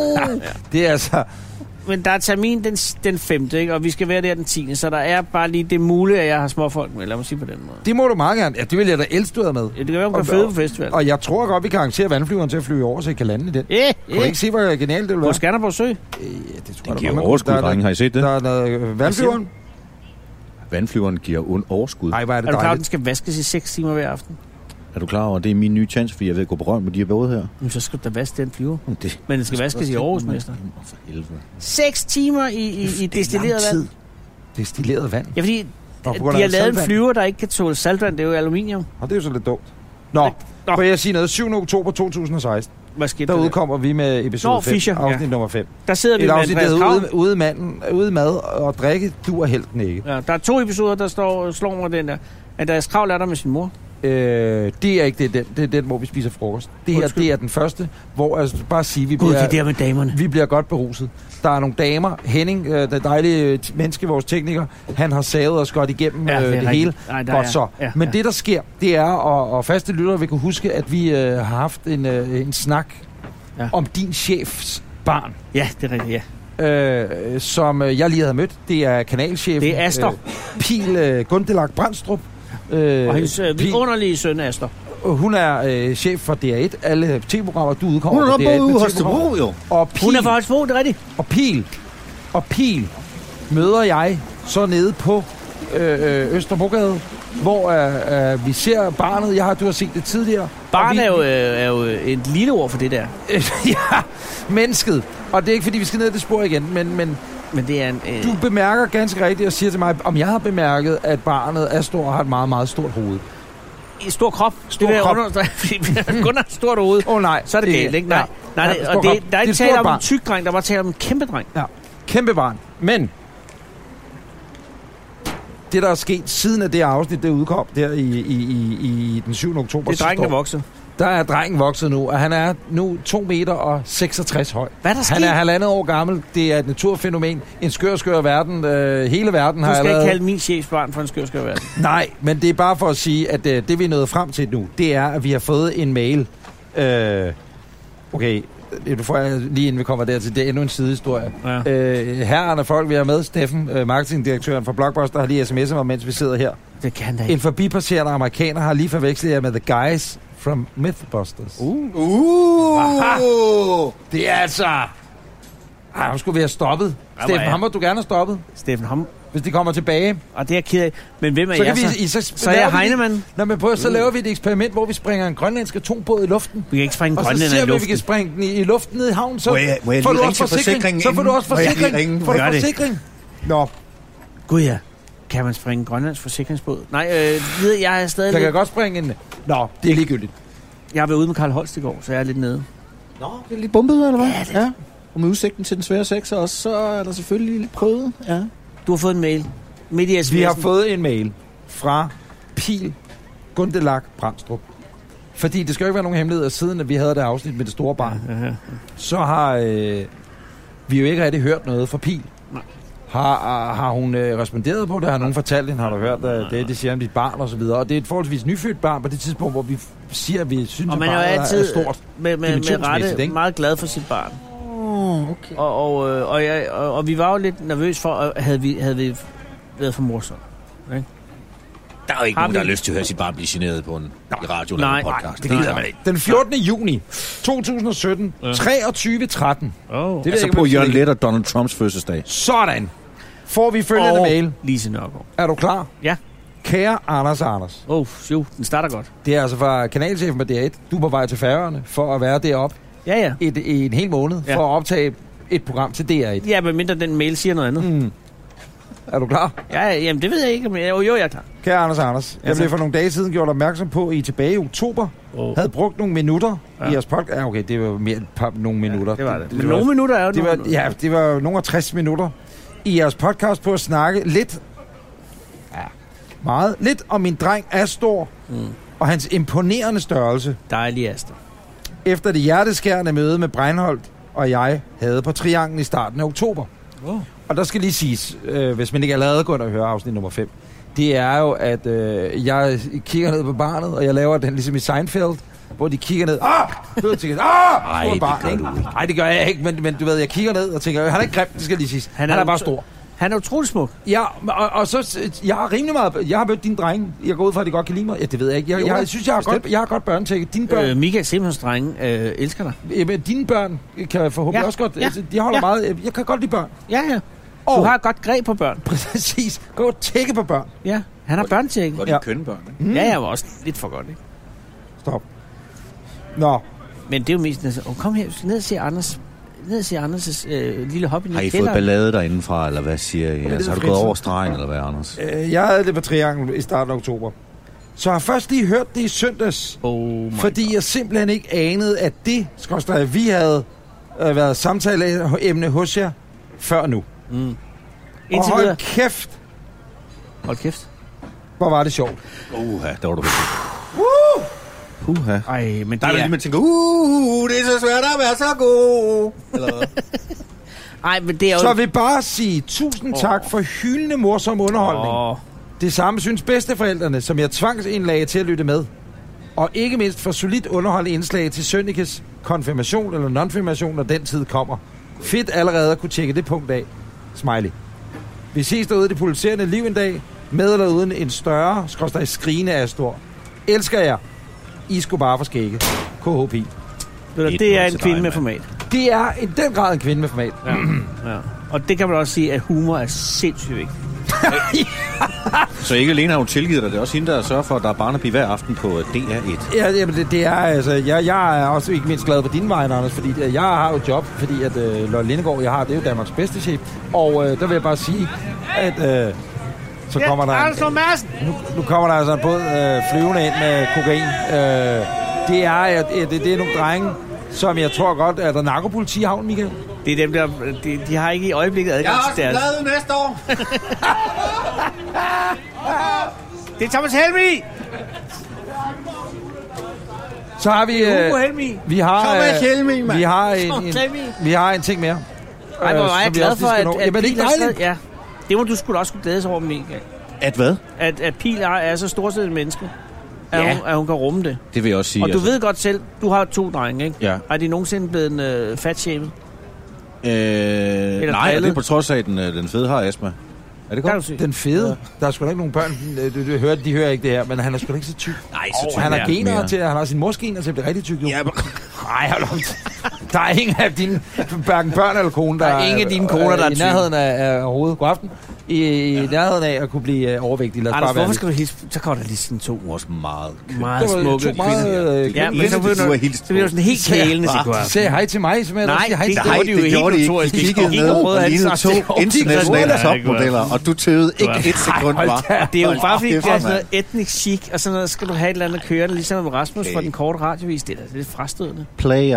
Det er altså... Men der er termin den, den femte, ikke? Og vi skal være der den tiende, så der er bare lige det mulige, at jeg har småfolk med. Lad mig sige på den måde. Det må du meget gerne. Ja, det vil jeg da elske, du havde med. Ja, det kan være, hun kan føde på festival. Og jeg tror godt, vi kan arrangere vandflyveren til at flyve over, så I kan lande i den. Yeah, Kunne du ikke se, hvor genialt det vil På være? Skanderborg Sø? Øh, det tror Den jeg, giver overskud, drenge. Har I set det? Der er noget øh, vandflyveren. Vandflyveren giver un- overskud. Ej, hvor er det Er du klar, at den dejligt. skal vaskes i seks timer hver aften? Er du klar over, det er min nye chance, fordi jeg ved at gå på røven med de her både her? Jamen, så skal du da vaske den flyver. Det. Men den skal vaskes i Aarhus, mester. For helvede. Seks timer i, i, i destilleret vand. Destilleret vand. Ja, fordi Nå, på grund de af har lavet en saltvand. flyver, der ikke kan tåle saltvand. Det er jo aluminium. Og det er jo så lidt dumt. Nå, Nå. får jeg sige noget? syvende oktober to tusind og seksten. Hvad skete Der der? udkommer vi med episode Nå, fem, Fischer, afsnit ja. nummer fem. Der sidder vi Et med afsnit, der Andreas hedder Krav. ude, ude, manden, ude mad og drikke, du og helten ikke. Ja, der er to episoder, der står, slår mig den der. Andreas Krav er der med sin mor. Øh, det er ikke det, den, det er den, hvor vi spiser frokost. Det her, Undskyld. det er den første, hvor altså, bare sige, vi Gud, det er bliver, der med damerne. vi bliver godt beruset. Der er nogle damer, Henning, øh, den dejlige menneske, vores tekniker, han har savet os godt igennem Ja, øh, det er det, det rigtigt. hele. Nej, der Godt er- så. ja, Men ja. det, der sker, det er, og, og faste lyttere vil kunne huske, at vi øh, har haft en, øh, en snak Ja. om din chefs barn. Ja, det er rigtigt, ja. Øh, som øh, jeg lige havde mødt. Det er kanalchefen. Det er Astor. Øh, Pil øh, Gundelak Brandstrup. Øh, Og hendes øh, Pil- vidunderlige søn, Astor. Hun er øh, chef for D R et. Alle tv-programmer, du udkommer Hun er på nok D R et både med ude hos tv-programmer. Holstebro, jo. Og Pil, Hun er fra Holstebro, det er rigtigt. og Pil, og Pil møder jeg så nede på øh, øh, Østerbrogade, hvor øh, øh, vi ser barnet. Jeg har, du har set det tidligere. Barn Og vi- er jo, øh, er jo et lille ord for det der. ja, mennesket. Og det er ikke, fordi vi skal ned i det spor igen, men, men Men det er en... Øh, du bemærker ganske rigtigt og siger til mig, om jeg har bemærket, at barnet er stor og har et meget, meget stort hoved. en stor krop. Stor det vil jeg krop. understrege, fordi vi kun har et stort hoved. Åh oh, nej. Så er det galt, ikke? Nej, nej, Ja, nej stor og det, krop. der er ikke et tale stort om en barn. tyk dreng, der var tale om en kæmpe dreng. Ja, kæmpe barn. Men det, der er sket siden af det afsnit, det udkom der i, i, i, i den syvende oktober Det er drengen, der sidste år, vokser. der er drengen vokset nu, og han er nu to meter og seksogtres høj. Hvad er der Han sket? er halvandet år gammel. Det er et naturfænomen. En skør, skør verden. Øh, hele verden Du har skal ikke allerede... kalde min chefsbarn for en skør, skør verden. Nej, men det er bare for at sige, at øh, det vi er nået frem til nu, det er, at vi har fået en mail. Øh, okay, det får jeg lige inden vi kommer dertil. Det er endnu en sidehistorie. Ja. Øh, herren af folk, vi har med, Steffen, øh, marketingdirektøren for Blockbuster, har lige sms'et mig, mens vi sidder her. Det kan da En ikke. forbipasserende amerikaner har lige forvekslet jer med The Guys from Mythbusters. Uh. Uh! Det er altså... Ej, hun skulle være stoppet. hvor Steffen, er- ham må du gerne have stoppet, Steffen Ham. hvis de kommer tilbage. Og det er jeg ked af. Men hvem er Så jeg kan så? vi, i, så, Så er jeg laver vi- Heinemann. Nå, men prøv, så laver vi et eksperiment, hvor vi springer en grønlandsk atombåd i luften. Vi kan ikke springe Og så grønlænder ser i vi, at vi kan luften. springe den i, i luften ned i havnen. Så Må jeg- må jeg får lige du ringe også til forsikringen Så får du også inden? Må jeg lige forsikring. ringe? Får du Gør det. forsikring? Nå, Gud ja. Kan man springe Grønlands forsikringsbåd? Nej, øh, ved jeg er stadig der kan lidt... godt springe en... Nå, det er ligegyldigt. Jeg har været ude med Karl Holst i går, så jeg er lidt nede. Nå, det er lidt bumpet, eller hvad? Ja, det ja. Og med udsigten til den svære sekser også, så er der selvfølgelig lidt prøvet. Ja. Du har fået en mail. Midt i Vi har sms'en. fået en mail fra Pil Gundelach Brandstrup. Fordi det skal jo ikke være nogen hemmeligheder, siden at vi havde det afsnit med det store barn. Ja, ja, ja. Så har øh, vi jo ikke rigtig hørt noget fra Pil. Nej. Har, har hun øh, responderet på det? Har nogen fortalt hende? Har du hørt øh, det? Det siger om dit barn og så videre. Og det er et forholdsvis nyfødt barn på det tidspunkt, hvor vi siger, at vi synes, og man at er barnet altid er stort. med, med, med rette ikke? meget glad for sit barn. Oh, okay. Og, og, øh, og, jeg, og, og vi var jo lidt nervøs for, at havde vi, havde vi været for morsomt. Okay? Der er jo ikke Har nogen, der vi- har lyst til at høre sit barn blive generet på en i radio Nej, eller en podcast. Det gider man ikke. Den fjortende juni to tusind og sytten, Ja. treogtyve tretten. Oh. Det ved Altså jeg ikke, på om jeg Jørgen siger. Let og Donald Trumps fødselsdag. Sådan. Får vi følgende Og mail. Lise Nørgaard. Er du klar? Ja. Kære Anders og Anders. Oh, jo, den starter godt. Det er altså fra kanalchefen på D R et. Du er på vej til Færøerne for at være deroppe Ja, ja. et, en hel måned Ja. for at optage et program til D R et. Ja, men mindre den mail siger noget andet. Mm. Er du klar? Ja, ja, jamen det ved jeg ikke. Men jo, jo, jeg er klar. Kære Anders og Anders. Jeg Ja, blev tak. for nogle dage siden gjort opmærksom på, at I tilbage i oktober Oh. havde brugt nogle minutter Ja. i jeres podcast. Ja, okay, det var mere et par, nogle minutter. Det var det. Men var- nogle minutter er jo Det var, nogle- ja, det var jo nogle af tres minutter i jeres podcast på at snakke lidt, ja, meget, lidt om min dreng Astor Mm. og hans imponerende størrelse, Dejlig Asta. efter det hjerteskærende møde med Breinholt og jeg havde på Trianglen i starten af oktober. Oh. Og der skal lige siges, øh, hvis man ikke allerede går ind og hører afsnit nummer fem, det er jo, at øh, jeg kigger ned på barnet, og jeg laver den ligesom i Seinfeld, hvor de kigger ned. Ah! Du ved, tænker, ah! Ej, Stort det barn, gør ikke? du ikke. Nej, det gør jeg ikke, men, men du ved, jeg kigger ned og tænker, han er ikke grim, det skal lige siges. Han er, han er bare utro- stor. Han er utrolig smuk. Ja, og, og så, jeg har rimelig meget, jeg har mødt dine drenge. Jeg går ud fra, at de godt kan lide mig. Ja, det ved jeg ikke. Jeg, Jo, jeg, jeg synes, jeg har, godt, jeg har godt børnetækket. Dine børn, Øh, Michael Simons drenge øh, elsker dig. øh, dine børn kan forhåbentlig Ja, også godt, ja, altså, de holder ja. meget, jeg kan godt lide børn. Ja, ja. Og, Du har et godt greb på børn. præcis, gå og tække på børn. Ja, han har børnetjekket. Og de Ja. kønne børn, ikke? Mm. Ja, jeg var også lidt for godt, ikke? Stop. Nå, Men det er jo mest... Altså, oh, kom her, vi skal ned og se Anders... Ned og se Anders' øh, lille hobby. Har I fået ballade derindefra, eller hvad siger I? det Altså, er har du fritid. gået over stregen, eller hvad, Anders? øh, jeg havde det på Trianglen i starten af oktober. Så har jeg først lige hørt det i søndags, Oh my fordi jeg simpelthen ikke anede, at det, skorstræk, vi havde øh, været samtaleemne hos jer før nu. Mm. Og Indtil hold videre... kæft, Hold kæft. hvor var det sjovt. Uha, der var du heldig. Uh! Uha. Ej, men Der er det der lige, er... man tænker, uh, det er så svært at være så god. Eller hvad? Ej, men det er jo... Så vil jeg bare sige tusind tak for hyldende morsom underholdning. Åh, Det samme synes bedsteforældrene, som jeg tvangsindlagde til at lytte med. Og ikke mindst for solidt underholdende indslag til Sønnekes konfirmation eller nonfirmation, når den tid kommer. Fedt allerede at kunne tjekke det punkt af. Smiley. Vi ses derude i det pulserende liv en dag, med eller uden en større, skråstrej skrigende Astor. Elsker jer. I skulle bare for skægge. K H P. ved du, Et det er nul en til kvinde dig, med mand. format. Det er i den grad en kvinde med format. Ja. Ja. Og det kan man også sige, at humor er sindssygt vigtigt. Så ikke alene har hun tilgivet dig, det er også hende, der sørger for, at der er Barnaby hver aften på D R et. Ja, jamen det, det er altså, jeg, jeg er også ikke mindst glad for din vej, Anders, fordi øh, jeg har jo et job, fordi at øh, Lotte Lindegaard, jeg har, det er jo Danmarks bedste chef, og øh, der vil jeg bare sige, at øh, så kommer der en, Madsen! nu, nu kommer der altså en båd øh, flyvende ind med kokain. Øh, det er, at, øh, det, det er nogle drenge, som jeg tror godt, at der er narkopoliti i havnen, Michael. Det er dem, der... De, de har ikke i øjeblikket adgang til deres... næste år. Det er Thomas Helmi! Så har vi, øh, Hugo Helmi! vi har, Thomas øh, Helmig, mand. vi har en, Thomas en, Helmig. vi har en ting mere. Ej, hvor øh, var jeg som vi glad også for, lige skal at, nå. at Jamen, det er Pil ikke er dejligt. stadig... Ja, det må du skulle også kunne glæde sig over, Michael. At hvad? At, at Pil er, er så storsindet et menneske, at, Ja. hun, at hun kan rumme det. Det vil jeg også sige. Og du ved godt selv, du har to drenge, ikke? Ja. Har de nogensinde blevet en øh, fatshamed? Øh, nej, drillet. det er på trods af, at den, øh, den fede har astma. Er det Kan du godt? se? Den fede. Der er sgu da ikke nogen børn. øh, Du, du hører, de hører ikke det her, men han er sgu da ikke så tyk. Nej, Oh, han har gener mere. til, han har sin mors gener til at blive rigtig tyk. Jo. Ja, men- Nej, hold op. Der er ingen af dine, hverken børn eller kone, der, Der er ingen af dine koner, der er i tykke. nærheden af, af hovedet. God aften. I, i nærheden af at kunne blive øh, overvægtig. Lad os Anders, bare være hvorfor lidt. skal du hilse? Så kommer der lige sådan to Hun er også meget køn. meget Det var smukke to meget, øh, Ja, men Lidt, så du begynder har du, hilst så bliver du sådan helt kælende, siger De sagde hej til mig, som jeg Nej, også siger hej det til gjorde dig. de jo helt notorisk. De kiggede gik ned og prøvede og at lignede have to sagt, internationale "Åh, det er topmodeller, og du tøvede ikke et sekund, hold var. da. Det er jo bare fordi, Hold det er kæft, sådan noget mand. etnisk chic, og sådan noget, skal du have et eller andet kørende, ligesom med Rasmus Okay. fra den korte radiovis. Det er da lidt frastødende. Player.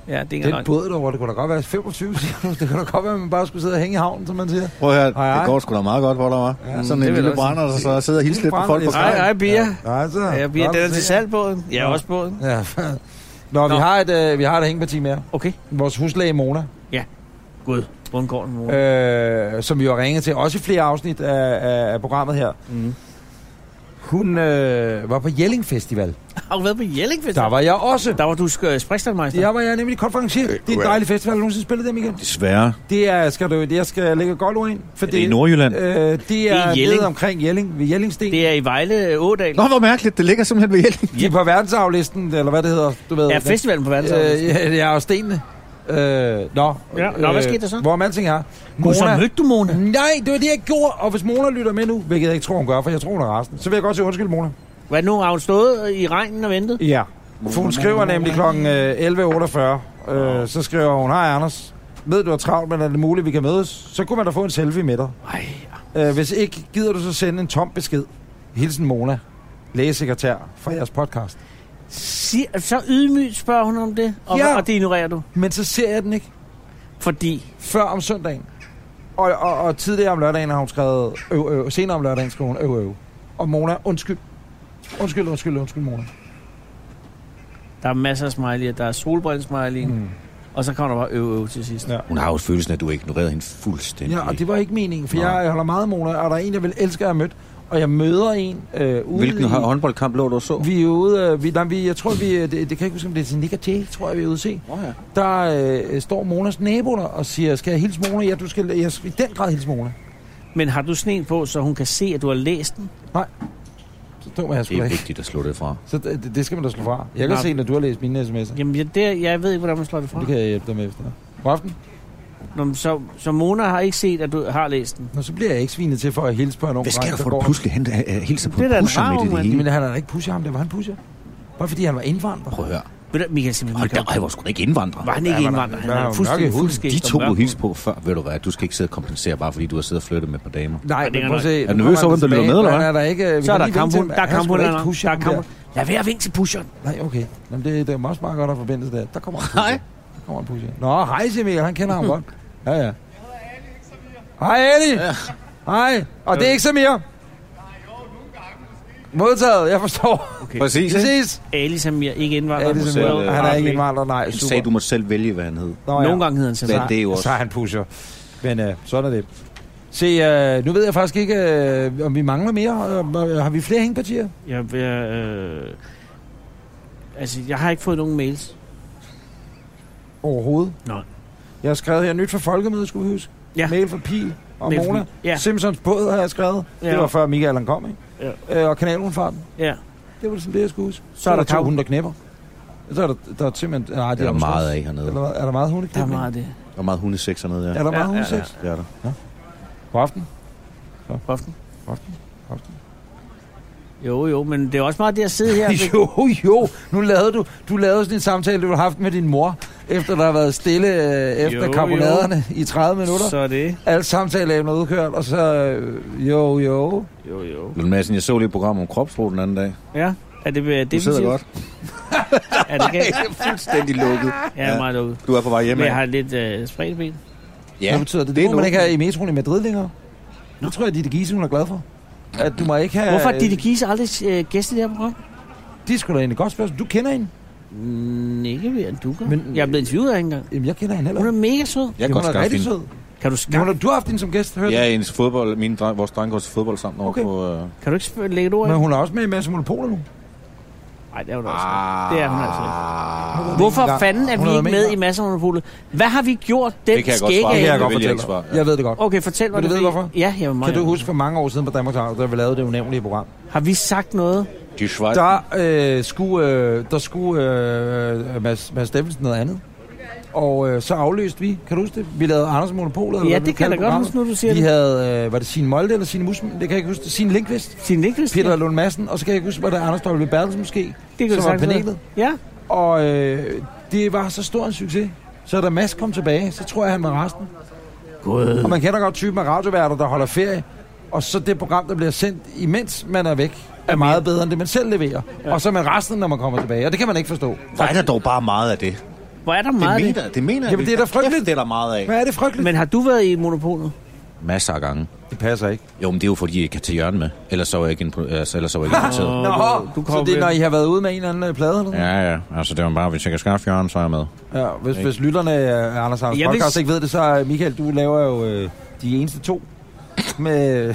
Ja, det er Den nok. båd derovre, det kunne da godt være femogtyve, siger du. Det kunne da godt være, at man bare skulle sidde og hænge i havnen, som man siger. Prøv at høre, Hej, hej. det går sgu da meget godt, hvor der var. Ja, Sådan det en vil lille jeg brænder, der så sidder og hilser lidt på folk på Lille Nej, kajen. nej, Bia. Ja, så. Ja, Bia, den er til salgbåden. Ja, også båden. Ja. Nå, vi Nå. har et, øh, vi har et hængeparti mere. Okay. Vores huslæge Mona, Gud, Bundgården mor. øh, som vi jo har ringet til, også i flere afsnit af, af, af programmet her. Mm. Hun øh, var på Jelling Festival. Har du været på Jelling Festival? Der var jeg også. Der var du uh, Sprechtstadmeister. Jeg var jeg nemlig konferencier. Det er en dejlig festival. Har du nogensinde spillet dem igen? Desværre. Det er, skal du, jeg skal lægge godt ord ind. For Er det i Nordjylland? Øh, det er, Det er Jelling. nede omkring Jelling, ved Jellingsten. Det er i Vejle Ådal. Nå, hvor mærkeligt. Det ligger simpelthen ved Jelling. De er på verdensarvlisten, eller hvad det hedder. Du ved, Er festivalen på verdensarven? Øh, ja, ja, og stenene. Øh, nå, Ja, nå, hvad skete der så? Hvor man alting er. Gud, så mødte du Mona? Nej, det var det, jeg gjorde. Og hvis Mona lytter med nu, hvilket jeg ikke tror, hun gør, for jeg tror, hun er resten, så vil jeg godt sige undskyld, Mona. Hvad nu? Har hun stået i regnen og ventet? Ja. For hun skriver nemlig klokken elleve otteogfyrre. Øh, så skriver hun, hej Anders, ved du er travlt, men er det muligt, vi kan mødes? Så kunne man da få en selfie med dig. Ej, Øh, hvis ikke, gider du så sende en tom besked. Hilsen Mona, lægesekretær for jeres podcast. sig, så ydmygt spørger hun om det, og, Ja. og det ignorerer du. Men så ser jeg den ikke. Fordi, Før om søndagen. Og, og, og tidligere om lørdagen har hun skrevet øv, øv. Senere om lørdagen skriver hun øv, øv. Og Mona, undskyld. Undskyld, undskyld, undskyld, Mona. der er masser af smiley'er, der er solbrillesmiley, mm. og så kommer der bare øv, øv til sidst. Ja. Hun har jo følelsen, at du ignorerede hende fuldstændig. Ja, og det var ikke meningen, for Nej. jeg holder meget af Mona, og der er en, jeg vil elske at have mødt. Og jeg møder en øh, ude Hvilken i... håndboldkamp lå du så? Vi er ude... Øh, vi, nej, vi, jeg tror, vi... Det, det kan jeg ikke huske, om det er til Nick og Jay, tror jeg, vi er ude at se. Oh, ja. Der øh, står Monas nabo der og siger, skal jeg hilse Mona? Ja, du skal, jeg skal i den grad hilse Mona. Men har du sådan en på, så hun kan se, at du har læst den? Så stod jeg Det sgu da er ikke. vigtigt at slå det fra. Så det, det skal man da slå fra. Jeg kan Nå. se, når du har læst mine sms'er. Jamen, jeg, det, jeg ved ikke, hvordan man slår det fra. Det kan jeg hjælpe dig med efter. God aften. Nå, men så, så Mona har ikke set, at du har læst den? Nå, så bliver jeg ikke svinet til for at hilse på en ung Hvad skal dreng, der der få går- du pludselig hen, uh, hilse på Det er da en en pusher rar midt i det mand. hele? Men han har da ikke pushet ham, det var han pusher. Bare fordi han var indvandrer. Prøv at høre. Ved du, Michael simpelthen... Hold da, jeg var sgu da ikke indvandrer. Var han ikke Ja, men- indvandrer? Han Ja, er mørke fuldstændig hud. fuldskægt. De og to mørk du hud. hilse på før, ved du hvad, du skal ikke sidde og kompensere, bare fordi du har siddet og flyttet med på damer. Nej, det er men prøv at nok- se. Er du nervøs over, hvem der lytter med, eller hvad? Er der ikke, vi Så er kan der lige vente kamphund. til- Der er han skulle da kamphund. ikke pushe Der er ham der. kamphund. Lad være at vinke til pusheren. Nej, okay. Jamen, det, det er også meget godt at forbinde det der. Der kommer en pusher. Hej. Der kommer en pusher. Nå, hej Simil, han kender ham godt. Ja, ja. Hej Ali. Hej. Og det er ikke Samir. Modtaget, jeg forstår. Okay. Præcis, Vi ikke? ses. Ali Samir, ikke indvandrer. Ali selv, Samir, øh, han er ikke okay. indvandrer, nej. Han Super. sagde, du måtte selv vælge, hvad han hed. Nå, ja. Nogle gange hedder han Samir. Hvad det er jo også. Så er han pusher. Men øh, sådan er det. Se, øh, nu ved jeg faktisk ikke, øh, om vi mangler mere. Øh, har vi flere hængepartier? Jeg, jeg, øh, altså, jeg har ikke fået nogen mails. Overhovedet. Nej. Jeg har skrevet her nyt for folkemødet, skulle vi huske. Ja. Mail fra Pil og Mail fra Mona. Pil. Ja. Simpsons båd har jeg skrevet. Ja. Det var før Michael han kom, ikke? Ja. Øh, og kanalrundfarten. Ja. Det var sådan det, jeg skulle huske. Så er der to kamp. hunde, der knæpper. Så er der, der er simpelthen... Nej, Det er der måske meget også- af hernede. Eller hvad? Er der meget hundeknæp? Der er meget af det. Der er meget hundesex hernede, ja. Er der meget Ja, ja, hundesex? Det er der. God aften. Often. God aften. God aften. Jo, jo, men det er også meget det at sidde her. Jo, jo. Nu lavede du, du lavede sådan en samtale, du har haft med din mor, efter der har været stille øh, efter Jo, karbonaderne i tredive minutter. Så er det. Alt samtaleemner udkørt, og så øh, jo, jo. Jo, jo. Lund Madsen, jeg så lige et program om kropsbrug den anden dag. Ja, er det Du definitivt? sidder godt. Er det galt? Fuldstændig lukket. Jeg er Ja. meget lukket. Du er på vej hjem Men af. jeg har lidt øh, spredt ben. Ja, Hvad betyder det? Det, det er må man nu. ikke have i metroen i Madrid længere. Nu tror jeg, Ditte Giese, hun er glad for. At du må ikke have... Hvorfor er Ditte Giese aldrig øh, gæst i det her program? De skulle da egentlig godt spørgsmål. Du kender hende. Mm, ikke mere end du gør. Men- Jeg er blevet interviewet af hende engang. Jamen, jeg kender hende heller. Hun er mega sød. Jeg kan hun godt er skaffe rigtig hende. sød. Kan du, Hun skaffe, er, du har haft hende som gæst, hørte Ja, du? en fodbold, min dreng, vores dreng går til fodbold sammen over Okay. på... Uh... kan du ikke spørge, lægge et ord Men af? hun er også med i Mads Monopoler nu. Nej, det er hun også. Det er hun altså ikke. Ah, Hvorfor fanden er Hun vi har ikke været med med i Massermonopolet? Hvad har vi gjort den Det kan jeg godt skægge svare. Det kan jeg af? godt vil jeg fortælle ikke svare. dig. Jeg ved det godt. Okay, fortæl mig Vil du det. vide, fordi- hvorfor? Ja, jeg vil meget Kan du gerne. huske for mange år siden på Danmarks Radio, da vi lavede det unævnlige program? Har vi sagt noget? De Schweiz. Der øh, skulle, øh, der skulle øh, Mads, Mads Steffensen noget andet. Og øh, så afløste vi, kan du huske det? Vi lavede Anders Monopolet. eller Ja, hvad vi det kan jeg kaldte da godt programmet. huske, nu du siger Vi det. havde, øh, var det Signe Molde eller Signe Musman? Det kan jeg ikke huske. Signe Lindqvist, Sin Niklas? Peter Lund Madsen, og så kan jeg ikke huske, var det Anders W. Bertelsen måske, det kan som du var sagtens panelet. være. Ja. Og øh, det var så stor en succes. Så da Mads kom tilbage, så tror jeg, han var resten. God. Og man kender godt typen af radioværter, der holder ferie. Og så det program, der bliver sendt, imens man er væk, er meget bedre end det, man selv leverer. Ja. Og så med resten, når man kommer tilbage. Og det kan man ikke forstå. Der er der dog bare meget af det. Hvor er der meget det af mener, det mener jeg. Jamen, det er da frygteligt. Det er der meget af. Hvad er det frygteligt? Men har du været i Monopolet? Masser af gange. Det passer ikke. Jo, men det er jo fordi, jeg kan tage Jørgen med. Ellers så var jeg ikke, impo- altså, ellers så var jeg ikke inviteret. Nå, du så det er, når I har været ude med en eller anden øh, plade, eller noget? Ja, ja. Altså, det var bare, hvis jeg kan skaffe Jørgen, så er jeg med. Ja, hvis, hvis lytterne af Anders Anders Jeg podcast vidste- ikke ved det, så er Michael, du laver jo øh, de eneste to med...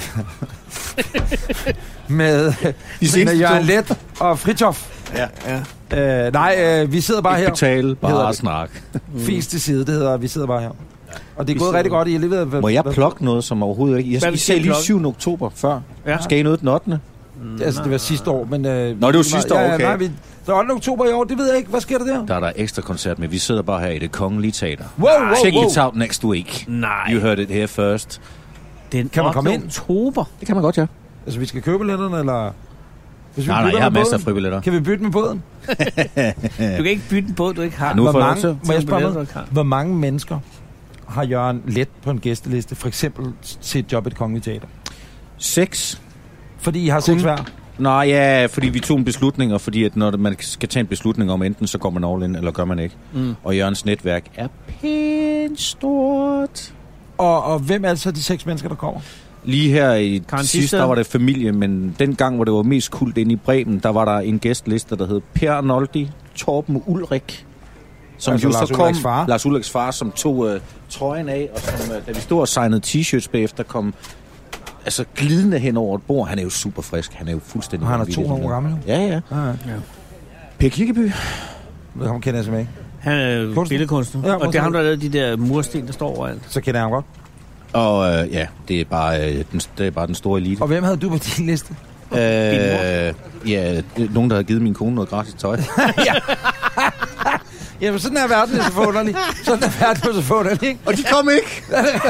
med, seneste med Jørgen to. Let og Fritjof. Ja, ja. Øh, nej, øh, vi sidder bare her. betale, Hedder bare det. snak. Fisk til side, det hedder, vi sidder bare her. Og det er gået rigtig godt. I har lige ved, hvad, Må jeg hvad- plukke noget, som overhovedet ikke... Hvad Jeg, vil I du sagde lige plukke? syvende oktober før. Ja. Skal I noget den ottende? Altså, det var sidste år, men... Øh, Nå, det var sidste år, ja, ja, okay. Nej, vi, det er ottende oktober i år, det ved jeg ikke. Hvad sker der der? Der er der ekstra koncert med. Vi sidder bare her i Det Kongelige Teater. Wow, wow, Check wow. it out next week. Nej. You heard it here first. Den Kan man komme ottende ind? oktober. Det kan man godt, ja. Altså, vi skal købe billetterne, eller... Hvis vi Nej, nej, bytter jeg har med masser af båden? fribilletter. Kan vi bytte med båden? Du kan ikke bytte en båd, du ikke har. Ja, nu Hvor får jeg lov mange, til. må jeg spørge Billetter, noget? du ikke har. Hvor mange mennesker har Jørgen Let på en gæsteliste, for eksempel til et job i et kongeligt teater? Seks. Fordi I har Kun? seks hver. Nej, ja, fordi vi tog en beslutning, og fordi at når man skal tage en beslutning om, enten så går man all in, eller gør man ikke. Mm. Og Jørgens netværk er pænt stort. Og, og hvem er altså de seks mennesker, der kommer? Lige her i Karen sidst, Thisted. der var det familie, men den gang, hvor det var mest kult inde i Bremen, der var der en gæstliste, der hed Per Arnoldi, Torben Ulrik, som Altså jo Lars så kom, Ulriks far. Lars Ulriks far, som tog uh, trøjen af, og som, uh, da vi stod og signede t-shirts bagefter, kom altså glidende hen over et bord. Han er jo super frisk, han er jo fuldstændig... Og han er vanvittig. to år gammel, jo. Ja, ja. Ja, ja. Per Kirkeby. Ham kender jeg simpelthen ikke. Han er jo Kunstner. billedkunstner. Ja, og det er ham, der har lavet de der mursten, der står overalt. Så kender jeg ham godt. Og øh, ja, det er, bare, øh, den, det er bare den store elite. Og hvem havde du på din liste? Øh, ja, nogen, der har givet min kone noget gratis tøj. ja. Jamen, sådan er verden jo så forunderlig. Sådan er verden jo så forunderlig, ikke? Og de kom ikke.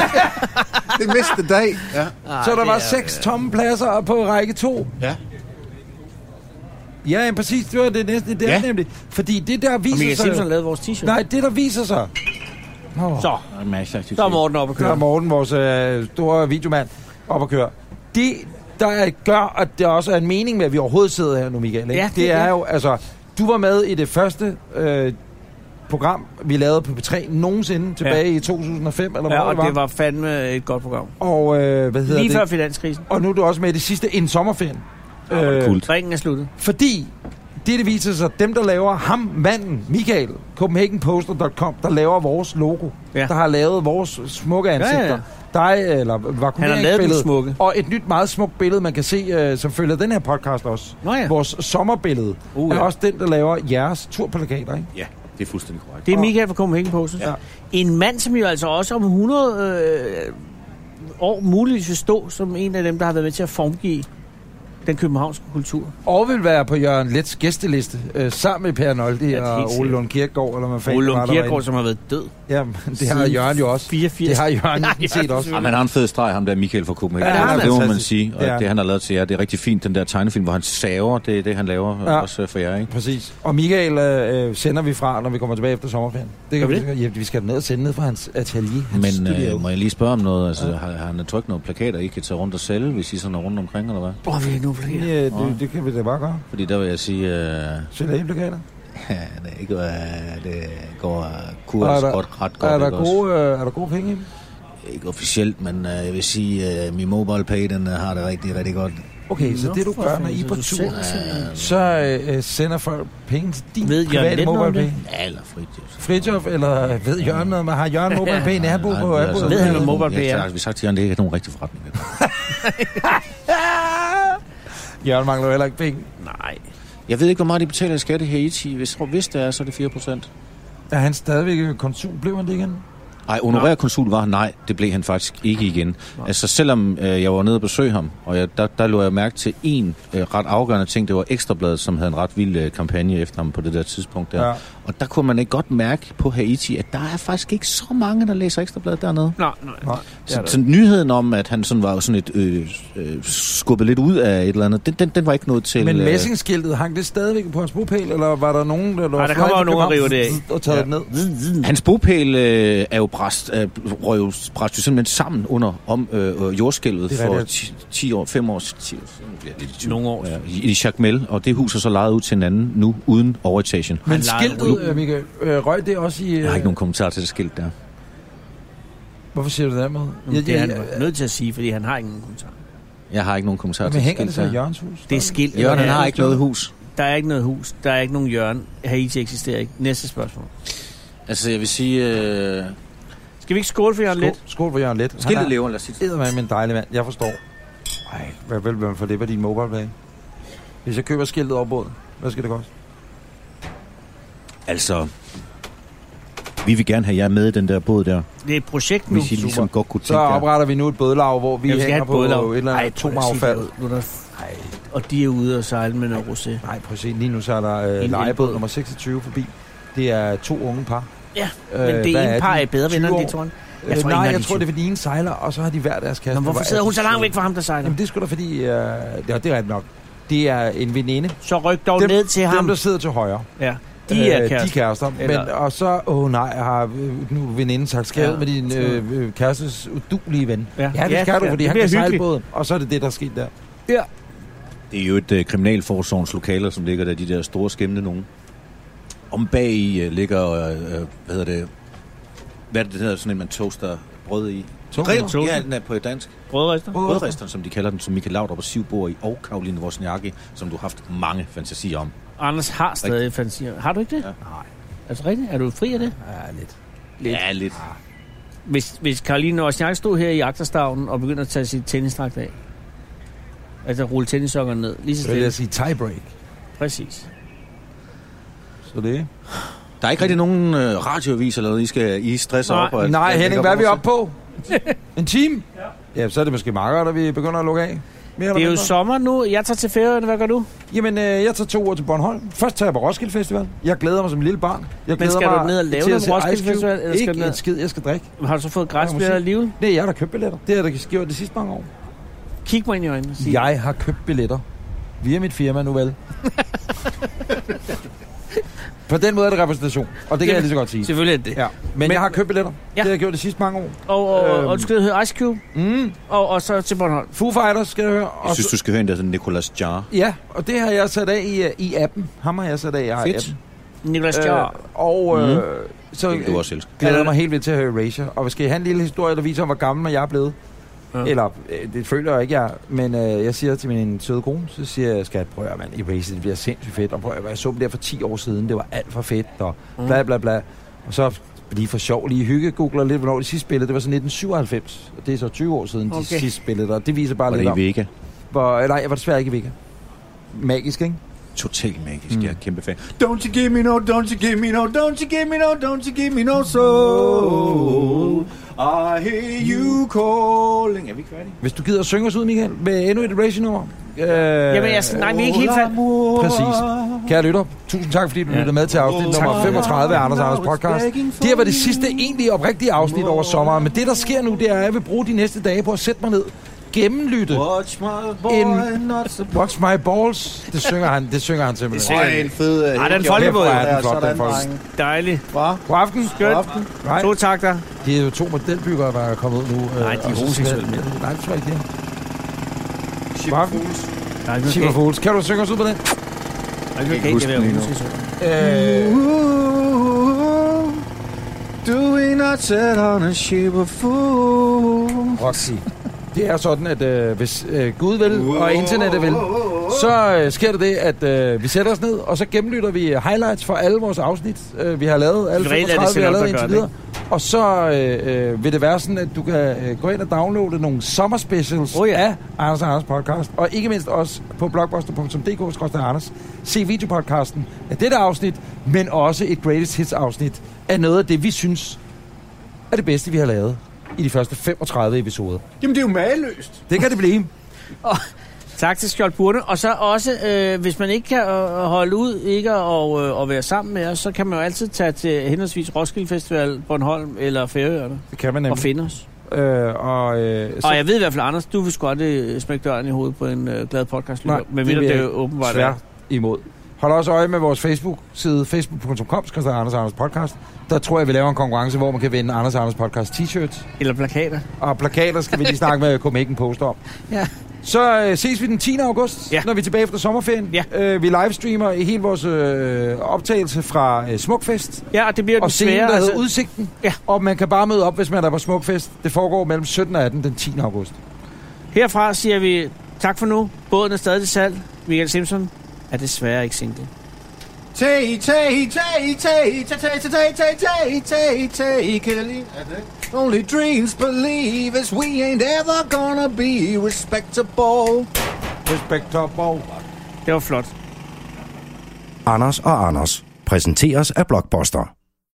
Det næste dag. Ja. Så der var seks tomme pladser på række to. Ja. Ja, ja, præcis. Det var det næste. Det er Ja. nemlig. Fordi det, der Og viser Michael sig... Simpson lavede vores t-shirt. Nej, det, der viser sig... Nå. Så, så er Morten oppe at Der er køre. Morten, vores øh, store videomand, op at køre. Det, der er, gør, at der også er en mening med, at vi overhovedet sidder her nu, Michael. Ikke? Ja, det, det det er er det. jo, altså... Du var med i det første øh, program, vi lavede på P tre nogensinde, tilbage ja. i to tusind og fem, eller Ja, hvad og det var. det var fandme et godt program. Og øh, hvad hedder Lige det? før finanskrisen. Og nu er du også med i det sidste en sommerferien. Øh, kult. Ringen er sluttet. Fordi det, det viser sig, dem, der laver ham, manden, Michael, Copenhagen Poster punktum com, der laver vores logo, Ja. der har lavet vores smukke ansigter, Ja, ja. dig, eller Han har lavet den vakuumeringsbillede, smukke. og et nyt meget smukt billede, man kan se, øh, som følger den her podcast også. Nå ja. Vores sommerbillede Uh, er ja. også den, der laver jeres turplakater, ikke? Ja, det er fuldstændig korrekt. Det er Michael fra Copenhagen Post. Ja. En mand, som jo altså også om hundrede øh, år muligvis vil stå som en af dem, der har været med til at formgive den københavnske kultur. Og vil være på Jørgen Lets gæsteliste, øh, sammen med Per Noldi Ja, og helt Ole sikkert. Lund Kirkegaard, eller hvad fanden Ole det var, Lund der var Kirkegaard, inde. som har været død. Jamen, det har Jørgen jo også. fireogfirs. Det har Jørgen Nej, set også. Ja, men han har en fed streg, ham der Michael fra Copenhagen. Ja, Ja, han er det må man fantastisk. sige. Og Ja. det, han har lavet til jer, det er rigtig fint, den der tegnefilm, hvor han saver, det er det, han laver Ja. ja. også for jer, ikke? Præcis. Og Michael øh, sender vi fra, når vi kommer tilbage efter sommerferien. Det kan Gør vi, vi det? ja, vi skal ned og sende ned fra hans atelier. Hans Men studio. øh, må jeg lige spørge om noget? Altså, har, har han trykt nogle plakater, I kan tage rundt og sælge, hvis I sådan er rundt omkring, eller hvad? Åh, oh, vi er nu flere. Ja, det, det kan vi da bare gøre. Fordi der vil jeg sige, øh, Sælger I plakater? ja, det, ikke, øh, det går Og kurs er der- godt, ret godt. Er der, ikke også? gode, øh, er der gode penge i dem? Ikke officielt, men øh, jeg vil sige, at øh, min mobile pay, den øh, har det rigtig, rigtig godt. Okay, så Nå, det du for gør, når I fanden, er på så du tur, sælger simpelthen. så øh, sender folk penge til din Ved Jørgen private lidt noget om mobile det? pay. Eller frit. Fritjof, eller ved Jørgen noget? Har Jørgen mobile pay i nærbo Nej, på altså, Apple? Ved han, hvad det er mobile nogen- pay er? jeg har- Vi har sagt til Jørgen, det er ikke nogen rigtig forretning. Jørgen mangler heller ikke penge. Nej. Jeg ved ikke, hvor meget de betaler i skat i Haiti. Hvis, hvis det er, så er det fire procent. Er han stadigvæk konsul? Blev han det igen? Ej, honorær konsul var han, nej, det blev han faktisk ikke igen. Nej. Altså selvom øh, jeg var nede og besøge ham, og jeg, der, der lå jeg mærke til en øh, ret afgørende ting, det var Ekstrabladet, som havde en ret vild øh, kampagne efter ham på det der tidspunkt der. Ja. Og der kunne man ikke godt mærke på Haiti, at der er faktisk ikke så mange, der læser Ekstrabladet dernede. Nej, nej. Nej. Så, så nyheden om, at han sådan var sådan et øh, øh, skubbet lidt ud af et eller andet, den, den, den var ikke noget til... Men øh, messingskiltet, hang det stadigvæk på hans bopæl, eller var der nogen, der... Nej, der kommer jo nogen og river det af. Og taget Ja. det ned. Hans bopæl øh, er jo bræst, øh, røg jo, bræst jo simpelthen sammen under om, øh, jordskælvet Det er for rigtigt. ti, ti år, fem år, ti år, siden, bliver jeg lidt i tvivl. Nogle år. Ja, i, i Jacmel, og det hus er så lejet ud til en anden nu, uden overetagen. Men Han leger skiltet, ud. øh, Michael. Øh, røg det også i... Øh... Jeg har ikke nogen kommentar til det skilt der. Hvorfor siger du det der med? Ja, det er han nødt til at sige, fordi han har ingen kommentar. Jeg har ikke nogen kommentar men til det hænger skilt det så i Jørgens hus? Det er skilt. Jørgen, han har ikke noget hus. Der er ikke noget hus. Der er ikke nogen Jørgen. Haiti eksisterer ikke. Næste spørgsmål. Altså, jeg vil sige... Øh... Skal vi ikke skåle for Jørgen Skål, lidt? skål for Jørgen lidt. Skiltet lever, lad os sige det. Det er med en dejlig mand. Jeg forstår. Ej, hvad vil man få det på din mobile? Hvis jeg køber skiltet over båden, hvad skal det koste? Altså... Vi vil gerne have jer med i den der båd der. Det er et projekt nu. Hvis I ligesom godt kunne tænke så opretter vi nu et bådlav, hvor vi hænger på bådlav. et eller andet atomaffald. Og de er ude og sejle med noget rosé. Nej, prøv at se. Lige nu så er der øh, legebåd nummer seksogtyve forbi. Det er to unge par. Ja, men øh, det ene par er bedre venner end de to. Jeg tror, øh, nej, jeg tror, det er fordi en sejler, og så har de hver deres kasse. Nå, hvorfor sidder hun så langt væk fra ham, der sejler? Jamen, det er sgu da fordi... Øh, ja, det er ret nok. Det er en veninde. Så ryk dog dem, ned til ham. Dem, der sidder til højre. Ja. De er kærester. Øh, de kærester. Men, og så, åh oh, nej, har nu veninden sagt, skal ja, med din øh, kærestes udulige ven. Ja, ja det ja, skal ja, du, fordi han kan sejle båden. Og så er det det, der er sket der. Ja. Det er jo et uh, kriminalforsorgens lokaler, som ligger der, de der store skæmte nogen. Om bag i uh, ligger, uh, hvad hedder det, hvad er det, det hedder, sådan en, man toaster brød i? Grill? Ja, den er på dansk. Brødrester? Brødrester, som de kalder den, som Michael Laudrup og Siv bor i, og Karoline Wozniacki, som du har haft mange fantasier om. Anders har stadig fantasier. Har du ikke det? Ja. Nej. Altså rigtigt? Er du fri af det? Ja, lidt. lidt. Ja, lidt. Hvis, hvis Karoline Wozniacki stod her i agterstavnen og begyndte at tage sit tennisdragt af, altså rulle tennissokkerne ned, lige så stille. Det vil jeg sige tiebreak. Præcis. Så det Der er ikke rigtig nogen øh, radioavis eller noget, I skal I stresser nej, op? Og, nej, at, Henning, hvad er vi oppe på? En time? Ja. Ja, så er det måske meget godt, at vi begynder at lukke af. Mere det er jo sommer nu. Jeg tager til Færøerne. Hvad gør du? Jamen, øh, jeg tager to uger til Bornholm. Først tager jeg på Roskilde Festival. Jeg glæder mig som en lille barn. Jeg Men skal mig du ned og lave noget Roskilde Festival? Eller ikke skal en skid, jeg skal drikke. Har du så fået græsbilletter alligevel? Nej, jeg har da købt billetter. Det har jeg da gjort de sidste mange år. Kig mig ind i øjnene. Sig. Jeg har købt billetter. Via mit firma nu vel. På den måde er det repræsentation, og det kan det, jeg lige så godt sige. Selvfølgelig er det. Ja. Men, Men jeg har købt billetter. Ja. Det har jeg gjort de sidste mange år. Og, og, øhm. og du skal høre Ice Cube. Mm. Og, og så til Bornholm. Foo Fighters skal jeg høre. Jeg synes, du skal høre en der hedder Nicolas Jarre. Ja, og det har jeg sat af i, i appen. Ham har jeg sat af i appen. Fedt. Nicolas Jarre. Øh, og øh, mm. så det du også elsker. glæder jeg mig helt vildt til at høre Erasure. Og skal jeg have en lille historie, der viser, hvor gammel jeg er blevet? Ja. Eller, det føler jeg ikke, jeg Men øh, jeg siger til min søde kone, så siger jeg, skat, prøv at man, Erasure, det bliver sindssygt fedt. Og prøv at jeg så dem der for ti år siden, det var alt for fedt, og bla bla bla. Og så lige for sjov, lige hygge, googler lidt, hvornår de sidste spillede. Det var så nitten syvoghalvfems, og det er så tyve år siden, okay. de sidste spillede der. Det viser bare var lidt om. Var det i Vega? Hvor, nej, jeg var desværre ikke i Vega. Magisk, ikke? Totalt magisk, mm. jeg er kæmpe fan. Don't you give me no, don't you give me no, don't you give me no, don't you give me no soul. I hear you calling. Er vi ikke færdige? Hvis du gider at synge os ud, Michael, med endnu et Erasure-nummer. Øh, Jamen, jeg, nej, vi er ikke helt færdige. Præcis. Kære lytter, tusind tak, fordi du lyttede med til afsnit nummer femogtredive af Anders Anders podcast. Det her var det sidste egentlige oprigtige afsnit over sommeren, men det, der sker nu, det er, at jeg vil bruge de næste dage på at sætte mig ned, gennemlytte Watch my boy, en, not so Watch my balls. Det synger han, det synger han simpelthen. Det er en fed... Ej, den folkebåd. Ja, den flot, den flot. Dejligt. God aften. Skønt. To takter. Det er jo to modelbyggere, der er kommet ud nu. Nej, de er homoseksuelle. Nej, det tror jeg ikke, det er. God aften. Shipper Fools. Kan du synge os ud på den? Jeg kan ikke huske det nu. Do we not set on a ship of fool? Roxy. Det er sådan, at øh, hvis øh, Gud vil, og internettet vil, så øh, sker det det, at øh, vi sætter os ned, og så gennemlytter vi highlights for alle vores afsnit, øh, vi har lavet, alle femogtredive, vi har lavet indtil videre. Og så øh, øh, vil det være sådan, at du kan øh, gå ind og downloade nogle summer specials oh, ja. af Anders og Anders podcast, og ikke mindst også på blogbuster punktum d k skråstreg Anders. Se videopodcasten af dette afsnit, men også et greatest hits afsnit af noget af det, vi synes er det bedste, vi har lavet i de første femogtredive episoder. Jamen, det er jo mageløst. Det kan det blive. Og, tak til Skjold Burne. Og så også, øh, hvis man ikke kan øh, holde ud ikke at øh, at være sammen med os, så kan man jo altid tage til henholdsvis Roskilde Festival, Bornholm eller Færøerne. Det kan man nemlig. Og finde os. Øh, og, øh, og jeg ved i hvert fald, Anders, du vil sgu aldrig smække døren i hovedet på en øh, glad podcast. Nej, men det, det er jo åbenbart svært imod. Hold også øje med vores Facebook-side, facebook punktum com skråstreg Anders Anders podcast. Der tror jeg, vi laver en konkurrence, hvor man kan vinde Anders Anders podcast t-shirts. Eller plakater. Og plakater skal vi lige snakke med Copenhagen Post om. Ja. Så øh, ses vi den tiende august, Ja. når vi er tilbage efter sommerferien. Ja. Øh, vi livestreamer i hele vores øh, optagelse fra øh, Smukfest. Ja, og det bliver den Og scenen, svære. der Altså, hedder Udsigten. Ja. Og man kan bare møde op, hvis man er på Smukfest. Det foregår mellem sytten og atten den tiende august. herfra siger vi tak for nu. Båden er stadig til salg. Michael Simpson er desværre ikke single. Take, take, take, take, take, take, take, take, take, take, take, only dreams believe us. We ain't ever gonna be respectable. Respectable. Det var flot. Anders og Anders præsenteres af Blockbuster.